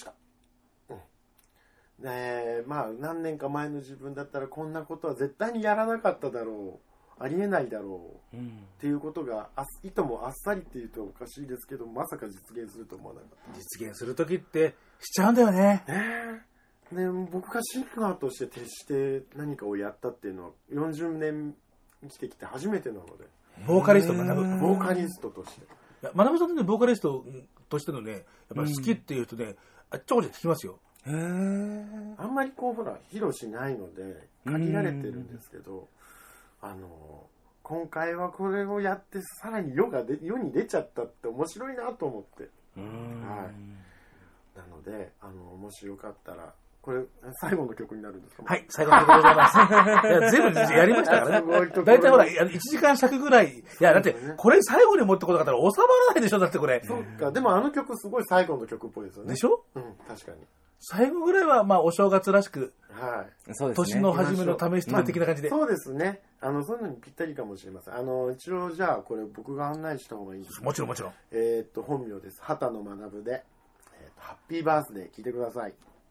何年か前の自分だったらこんなことは絶対にやらなかっただろう、ありえないだろう、っていうことがいともあっさりっていうとおかしいですけど、まさか実現すると思わなかった。 実現するときってしちゃうんだよね。 で僕がシンガーとして徹して何かをやったっていうのは40年生きてきて初めてなので。 ボーカリスト学ぶ。 ボーカリストとして。 学さんのね、ボーカリストとしてのね、やっぱり好きっていう人ね、あっちょこちょ聞きますよ。 あんまりほら披露しないので限られてるんですけど、今回はこれをやってさらに世に出ちゃったって面白いなと思って、なのでもしよかったらこれ最後の曲になるんですか？ はい、最後の曲でございます。いや全部やりましたからね。だいたいほら1時間尺ぐらい。いやだってこれ最後に持ってこなかったら収まらないでしょ。だってこれ。 そっか。でも曲すごい最後の曲っぽいですよね。 でしょ？ 確かに。 最後ぐらいはお正月らしく、 そうですね、 年の初めの試し的な感じで、 そうですね。そういうのにぴったりかもしれません。一応じゃあこれ僕が案内した方がいいですか？ もちろんもちろん。 本名です。畑野学で、ハッピーバースデー聞いてください。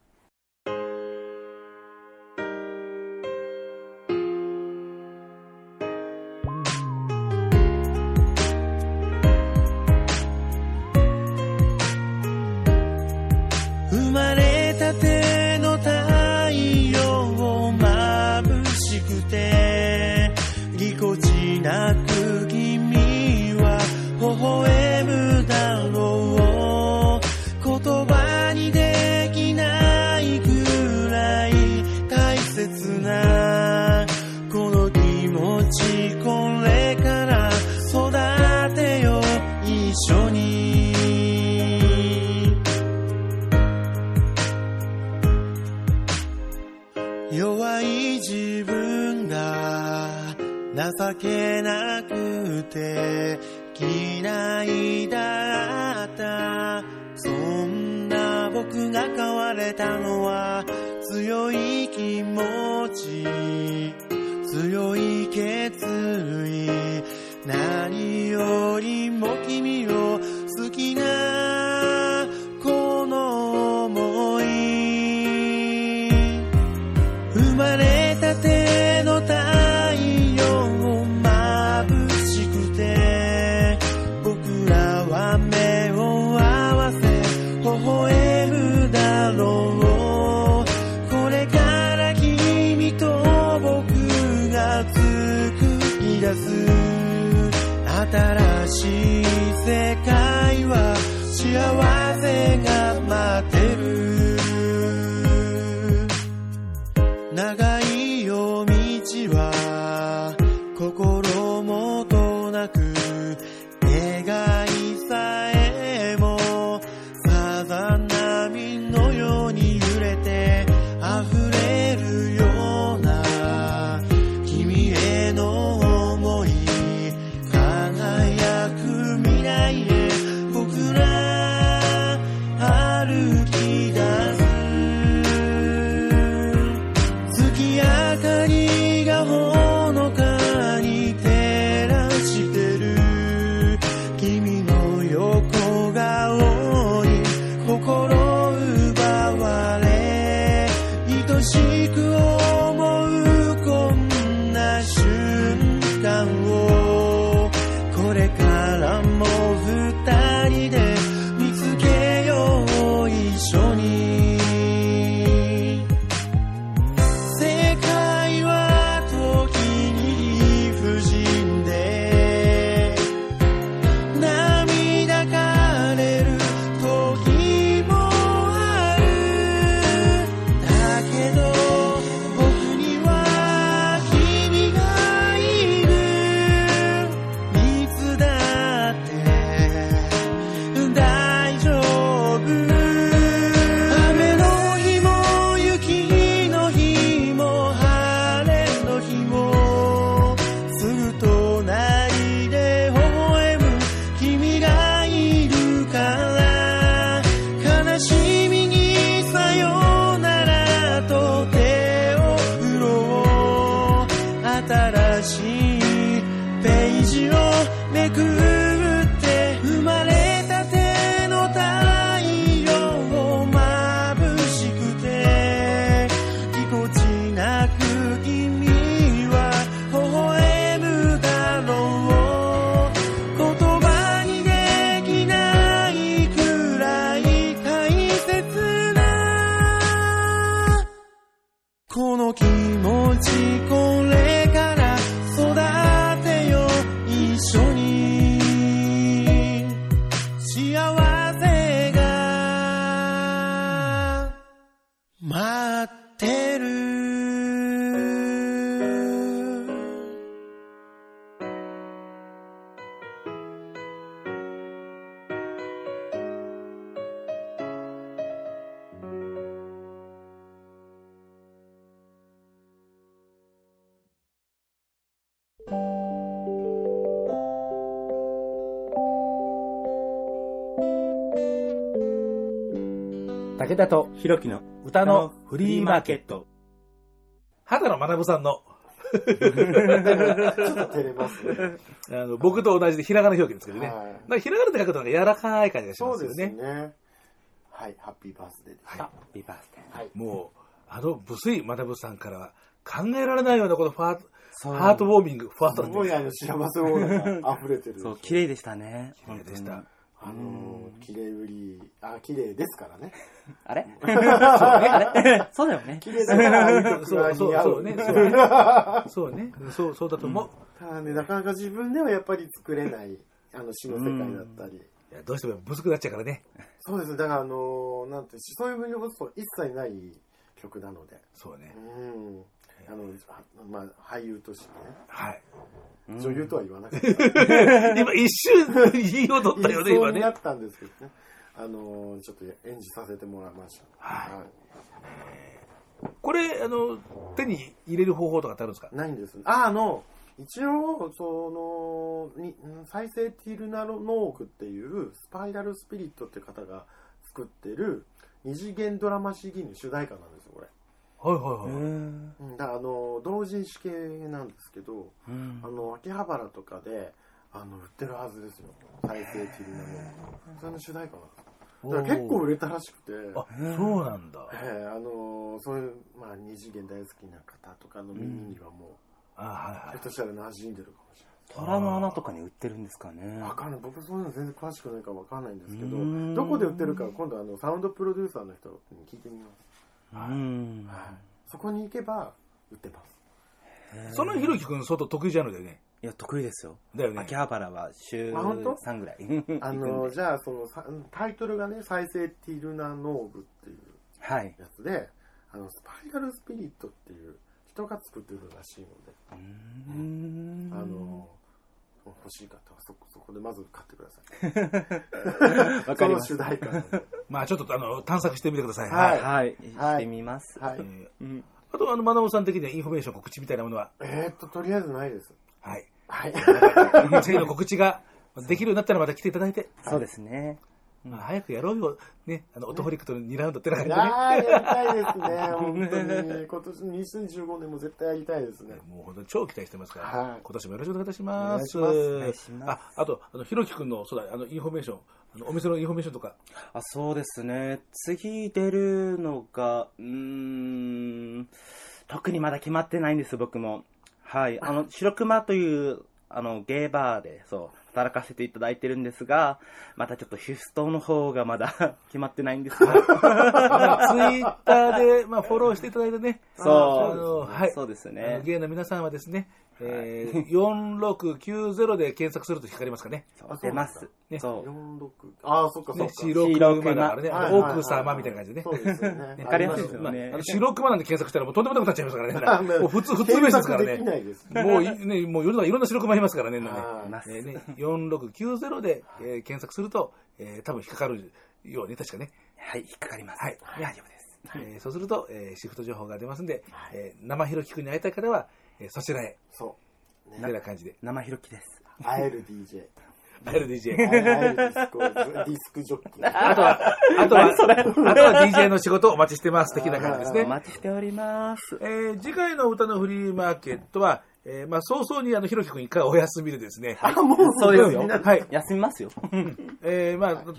生まれたての太陽眩しくてぎこちなく君は微笑むだろう。言葉にできないて嫌いだった。そんな僕が変われたのは強い気持ち、強い決意、何よりも君を好きなこの想い。生まれたての太陽眩しくて、僕らは目を合わせ微笑むだろう。これから君と僕が作り出す新しい世界は幸せが待ってる。長い夜道は心もとなく、願いさえもさざ波のように揺れて溢れるような君への想い、輝く未来へ僕ら歩き出す。月明かりがほのかに照らしてる君の横顔に心奪われ、愛しく思うこんな瞬間をこれからも二人で見つけよう一緒に。世界は時に不尽で涙枯れる時もある。だけど僕には君がいる。いつだって大丈夫。雨の日も雪の日も晴れの日もすぐ隣で微笑む君がいるから、悲しみにさよならと手を振ろう。新しいページをめくって生まれたての太陽眩しくてぎこちなく君は微笑むだろう。言葉にできないくらい大切なこの気持ち、これから育てよう一緒に。幸せが待ってる。 武田とひろきの歌のフリーマーケット。畑野学さんのちょっと照れますね。 僕と同じでひらがな表記ですけどね。 はいなんかひらがなで書くとなんか柔らかい感じがしそうですますよね。 ね。はい、ハッピーバースデーです。 ハッピーバースデー。 はい。 もう、無粋学さんからは考えられないようなこのハそうートウォーミング、ファーすトウォーミング。 ごい幸せオーラが溢れてる。 そう、綺麗でしたね。 綺麗でした。 綺麗売り、綺麗ですからね。 あれあれそうだよね。 綺麗だからああいう曲そうが似合う。 そうね。そうね。そうだと思う。 ただね、なかなか自分ではやっぱり作れない、詩の世界だったり。 いやどうしてもぶつくなっちゃうからね。 そうです。だからなんて、そういう分量こそ一切ない曲なので。 そうね。 まあ、俳優としてね。 はい。 女優とは言わなかった。 今一瞬言いようとったよね、今ね。 言いそうになったんですけどね。ちょっと演じさせてもらいました。 はい。 はい、 これ、手に入れる方法とかってあるんですか？ ないんです。一応、 再生ティルナノーグっていうスパイラルスピリットって方が作ってる二次元ドラマ CD の主題歌なんですよこれ。 はいはいはい。 だから同人誌系なんですけど、秋葉原とかで売ってるはずですよ。再生ティルナノーグ。それの主題歌なんです。だから結構売れたらしくて。 あ、そうなんだ。 そういう、まあ、二次元大好きな方とかの耳にはもう、ひょっとしたら馴染んでるかもしれない。 虎の穴とかに売ってるんですかね。 わかんない。僕そういうの全然詳しくないからわかんないんですけど、どこで売ってるか今度サウンドプロデューサーの人に聞いてみます。そこに行けば売ってます。 そのひろきくん相当得意ジャンルだよね。 いや、得意ですよ。 だよね。 秋葉原は週3ぐらい。 じゃあ、そのタイトルがね、再生ティルナノーブっていうやつで、スパイラルスピリットっていう人が作ってるらしいので、欲しい方はそこでまず買ってください。 わかります。 その主題歌。 まあちょっと探索してみてください。 はい。してみます。 はい。 あとまなぶさん的にはインフォメーション告知みたいなものはとりあえずないです。 はい。 はい。 次の告知ができるようになったらまた来ていただいて。 そうですね。 早くやろうよ。ね、オトホリックと2ラウンドってな感じでね。やりたいですね。本当に。今年2015年も絶対やりたいですね。 もう本当に超期待してますから、今年もよろしくお願いいたします。 お願いします。 あと、ひろきくんの、そうだ、インフォメーション、お店のインフォメーションとか。 そうですね。次出るのが、特にまだ決まってないんです、僕も。はい。白熊という、ゲーバーで、働かせていただいてるんですが、またちょっとシフトの方がまだ決まってないんですが。ツイッターで、フォローしていただいてね。 そうですね。 ゲイの皆さんはですね、4690で検索すると光りますかね。 出ます。 46。ああ、そっかそっか。 白熊だからね。奥様みたいな感じでね。 そうですね。 わかりやすいですよね。 白熊なんで検索したらもうとんでもなくなっちゃいますからね。もう普通名詞ですからね。もう世の中いろんな白熊いますからね。4690で検索すると多分引っかかるように確かね。 はい、引っかかります。 はい。 大丈夫です。そうするとシフト情報が出ますんで、生ひろきくんに会いたい方はそちらへ。 そう。 みたいな感じで。 生ひろきです。 会える DJ。 会える DJ。 ディスクジョッキー。 あとは DJ の仕事お待ちしてます。的な感じですね。 お待ちしております。 次回の歌のフリーマーケットは、早々にひろきくん一回お休みでですね。 もうそうですよ。 はい。 休みますよ。 第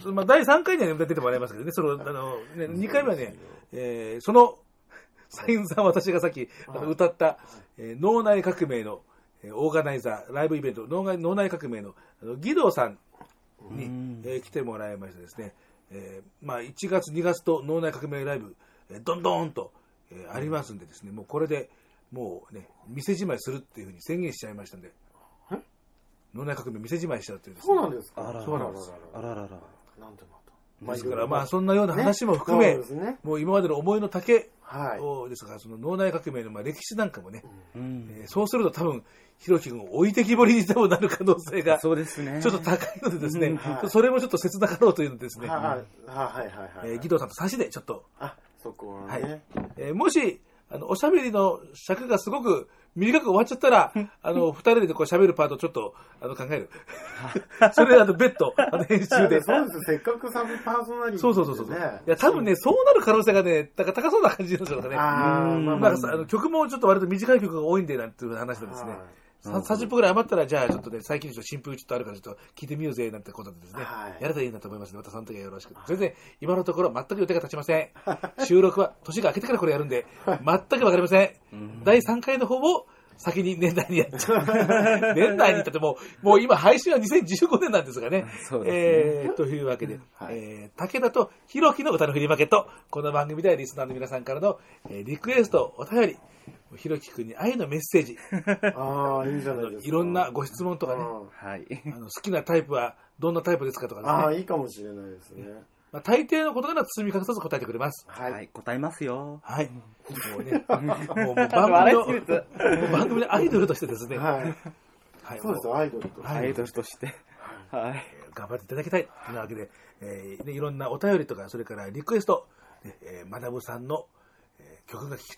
3回には出てもらいますけどね、2回目はね、その、サインさん私がさっき歌った、脳内革命のオーガナイザー、ライブイベント、脳内革命の義堂さんに来てもらいましてですね、1月、2月と脳内革命ライブ、どんどんとありますんでですね、もうこれで、もうね、店じまいするっていうふうに宣言しちゃいましたんで、脳内革命店じまいしちゃうっていうですね。そうなんですか。 そうなんです。 あららら。 なんでまた。 ですからそんなような話も含め、もう今までの思いの丈ですが、その脳内革命の歴史なんかもね、そうすると多分、ひろき君を置いてきぼりに多分なる可能性が、 そうですね。 ちょっと高いのでですね、それもちょっと切なかろうというのですね、義堂さんと差しでちょっと、 そこはね。 もし、おしゃべりの尺がすごく短く終わっちゃったら、二人で喋るパートちょっと、考える。それ、別途、編集で。 そうです。せっかくサブパーソナリティ。 そう。いや、多分ね、そうなる可能性がね、高そうな感じなんですよね。曲もちょっと割と短い曲が多いんで、なんていう話でですね。30分くらい余ったら、じゃあちょっとね、最近新風ちょっとあるからちょっと聞いてみようぜ、なんてことでですね。やれたらいいなと思いますので、またその時はよろしく。全然、今のところ全く予定が立ちません。収録は年が明けてからこれやるんで、全くわかりません。第3回の方を先に年内にやっちゃう。年内にだってもう今配信は2015年なんですがね。 そうですね。 というわけで、武田とひろきの歌のフリーマーケット。この番組ではリスナーの皆さんからのリクエスト、お便り、ひろきくんに愛のメッセージ。 いいんじゃないですか。 いろんなご質問とかね。好きなタイプはどんなタイプですかとかですね。 いいかもしれないですね。 大抵のことなら包み隠さず答えてくれます。 はい、答えますよ。 はい。もうね、もう番組のアイドルとしてですね。 はい。そうです、アイドルとして。 アイドルとして。はい。 頑張っていただきたい。というわけで、いろんなお便りとか、それからリクエスト、まなぶさんの曲が聴きたい。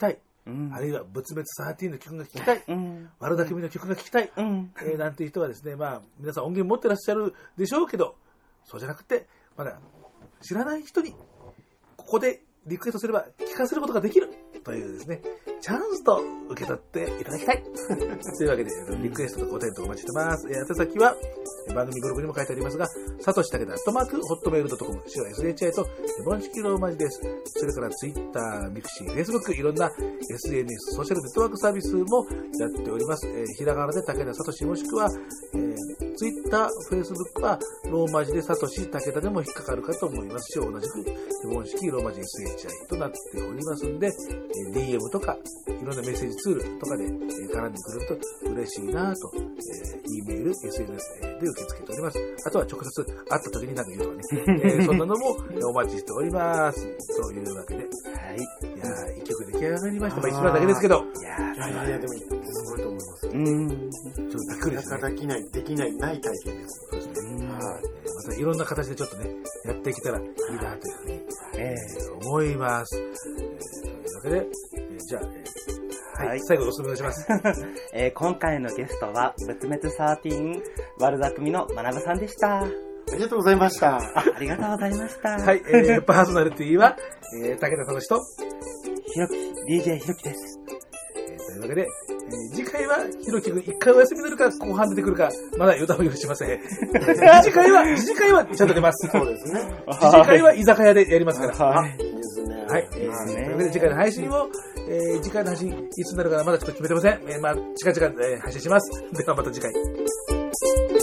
あるいは仏滅13の曲が聴きたい、悪巧みの曲が聴きたい、なんていう人はですね、皆さん音源持ってらっしゃるでしょうけど、そうじゃなくて、まだ知らない人に、ここでリクエストすれば聴かせることができるというですね、チャンスと受け取っていただきたい。というわけで、リクエストとご点灯お待ちしてます。宛先は、番組ブログにも書いてありますが、さとしたけだ@hotmail.com、SHI と日本式ローマ字です。それからTwitter、ミクシー、Facebook、いろんな SNS、ソーシャルネットワークサービスもやっております。ひらがなで武田さとし、もしくは、Twitter、Facebook はローマ字でさとし、武田でも引っかかるかと思いますし、同じく日本式ローマ字 SHI となっておりますんで、DM とか、いろんなメッセージツールとかで絡んでくれると嬉しいなと、E メール、SNS で受け付けております。あとは直接会った時に何か言うとかね、そんなのもお待ちしております。そういうわけで。はい。いやー、一曲出来上がりました。一番だけですけど。 いや、でも、すごいと思います。 ちょっとびっくりですね。 できない、ない体験です。 そうですね。またいろんな形でちょっとね、やっていけたらいいなというふうに、思います。というわけで、じゃあ、はい、最後お願いします。 今回のゲストは、仏滅13、悪巧みの学さんでした。 ありがとうございました。 ありがとうございました。 はい、パーソナリティは、武田聡と、 DJ ひろきです。 というわけで、次回はひろきくん1回お休みになるか後半出てくるかまだ予断を許しません。次回はちゃんと出ます。 そうですね。 次回は居酒屋でやりますから。 はい。いいですね。 はい。というわけで次回の配信を、次回の配信いつになるかまだちょっと決めてません。近々、配信します。ではまた次回。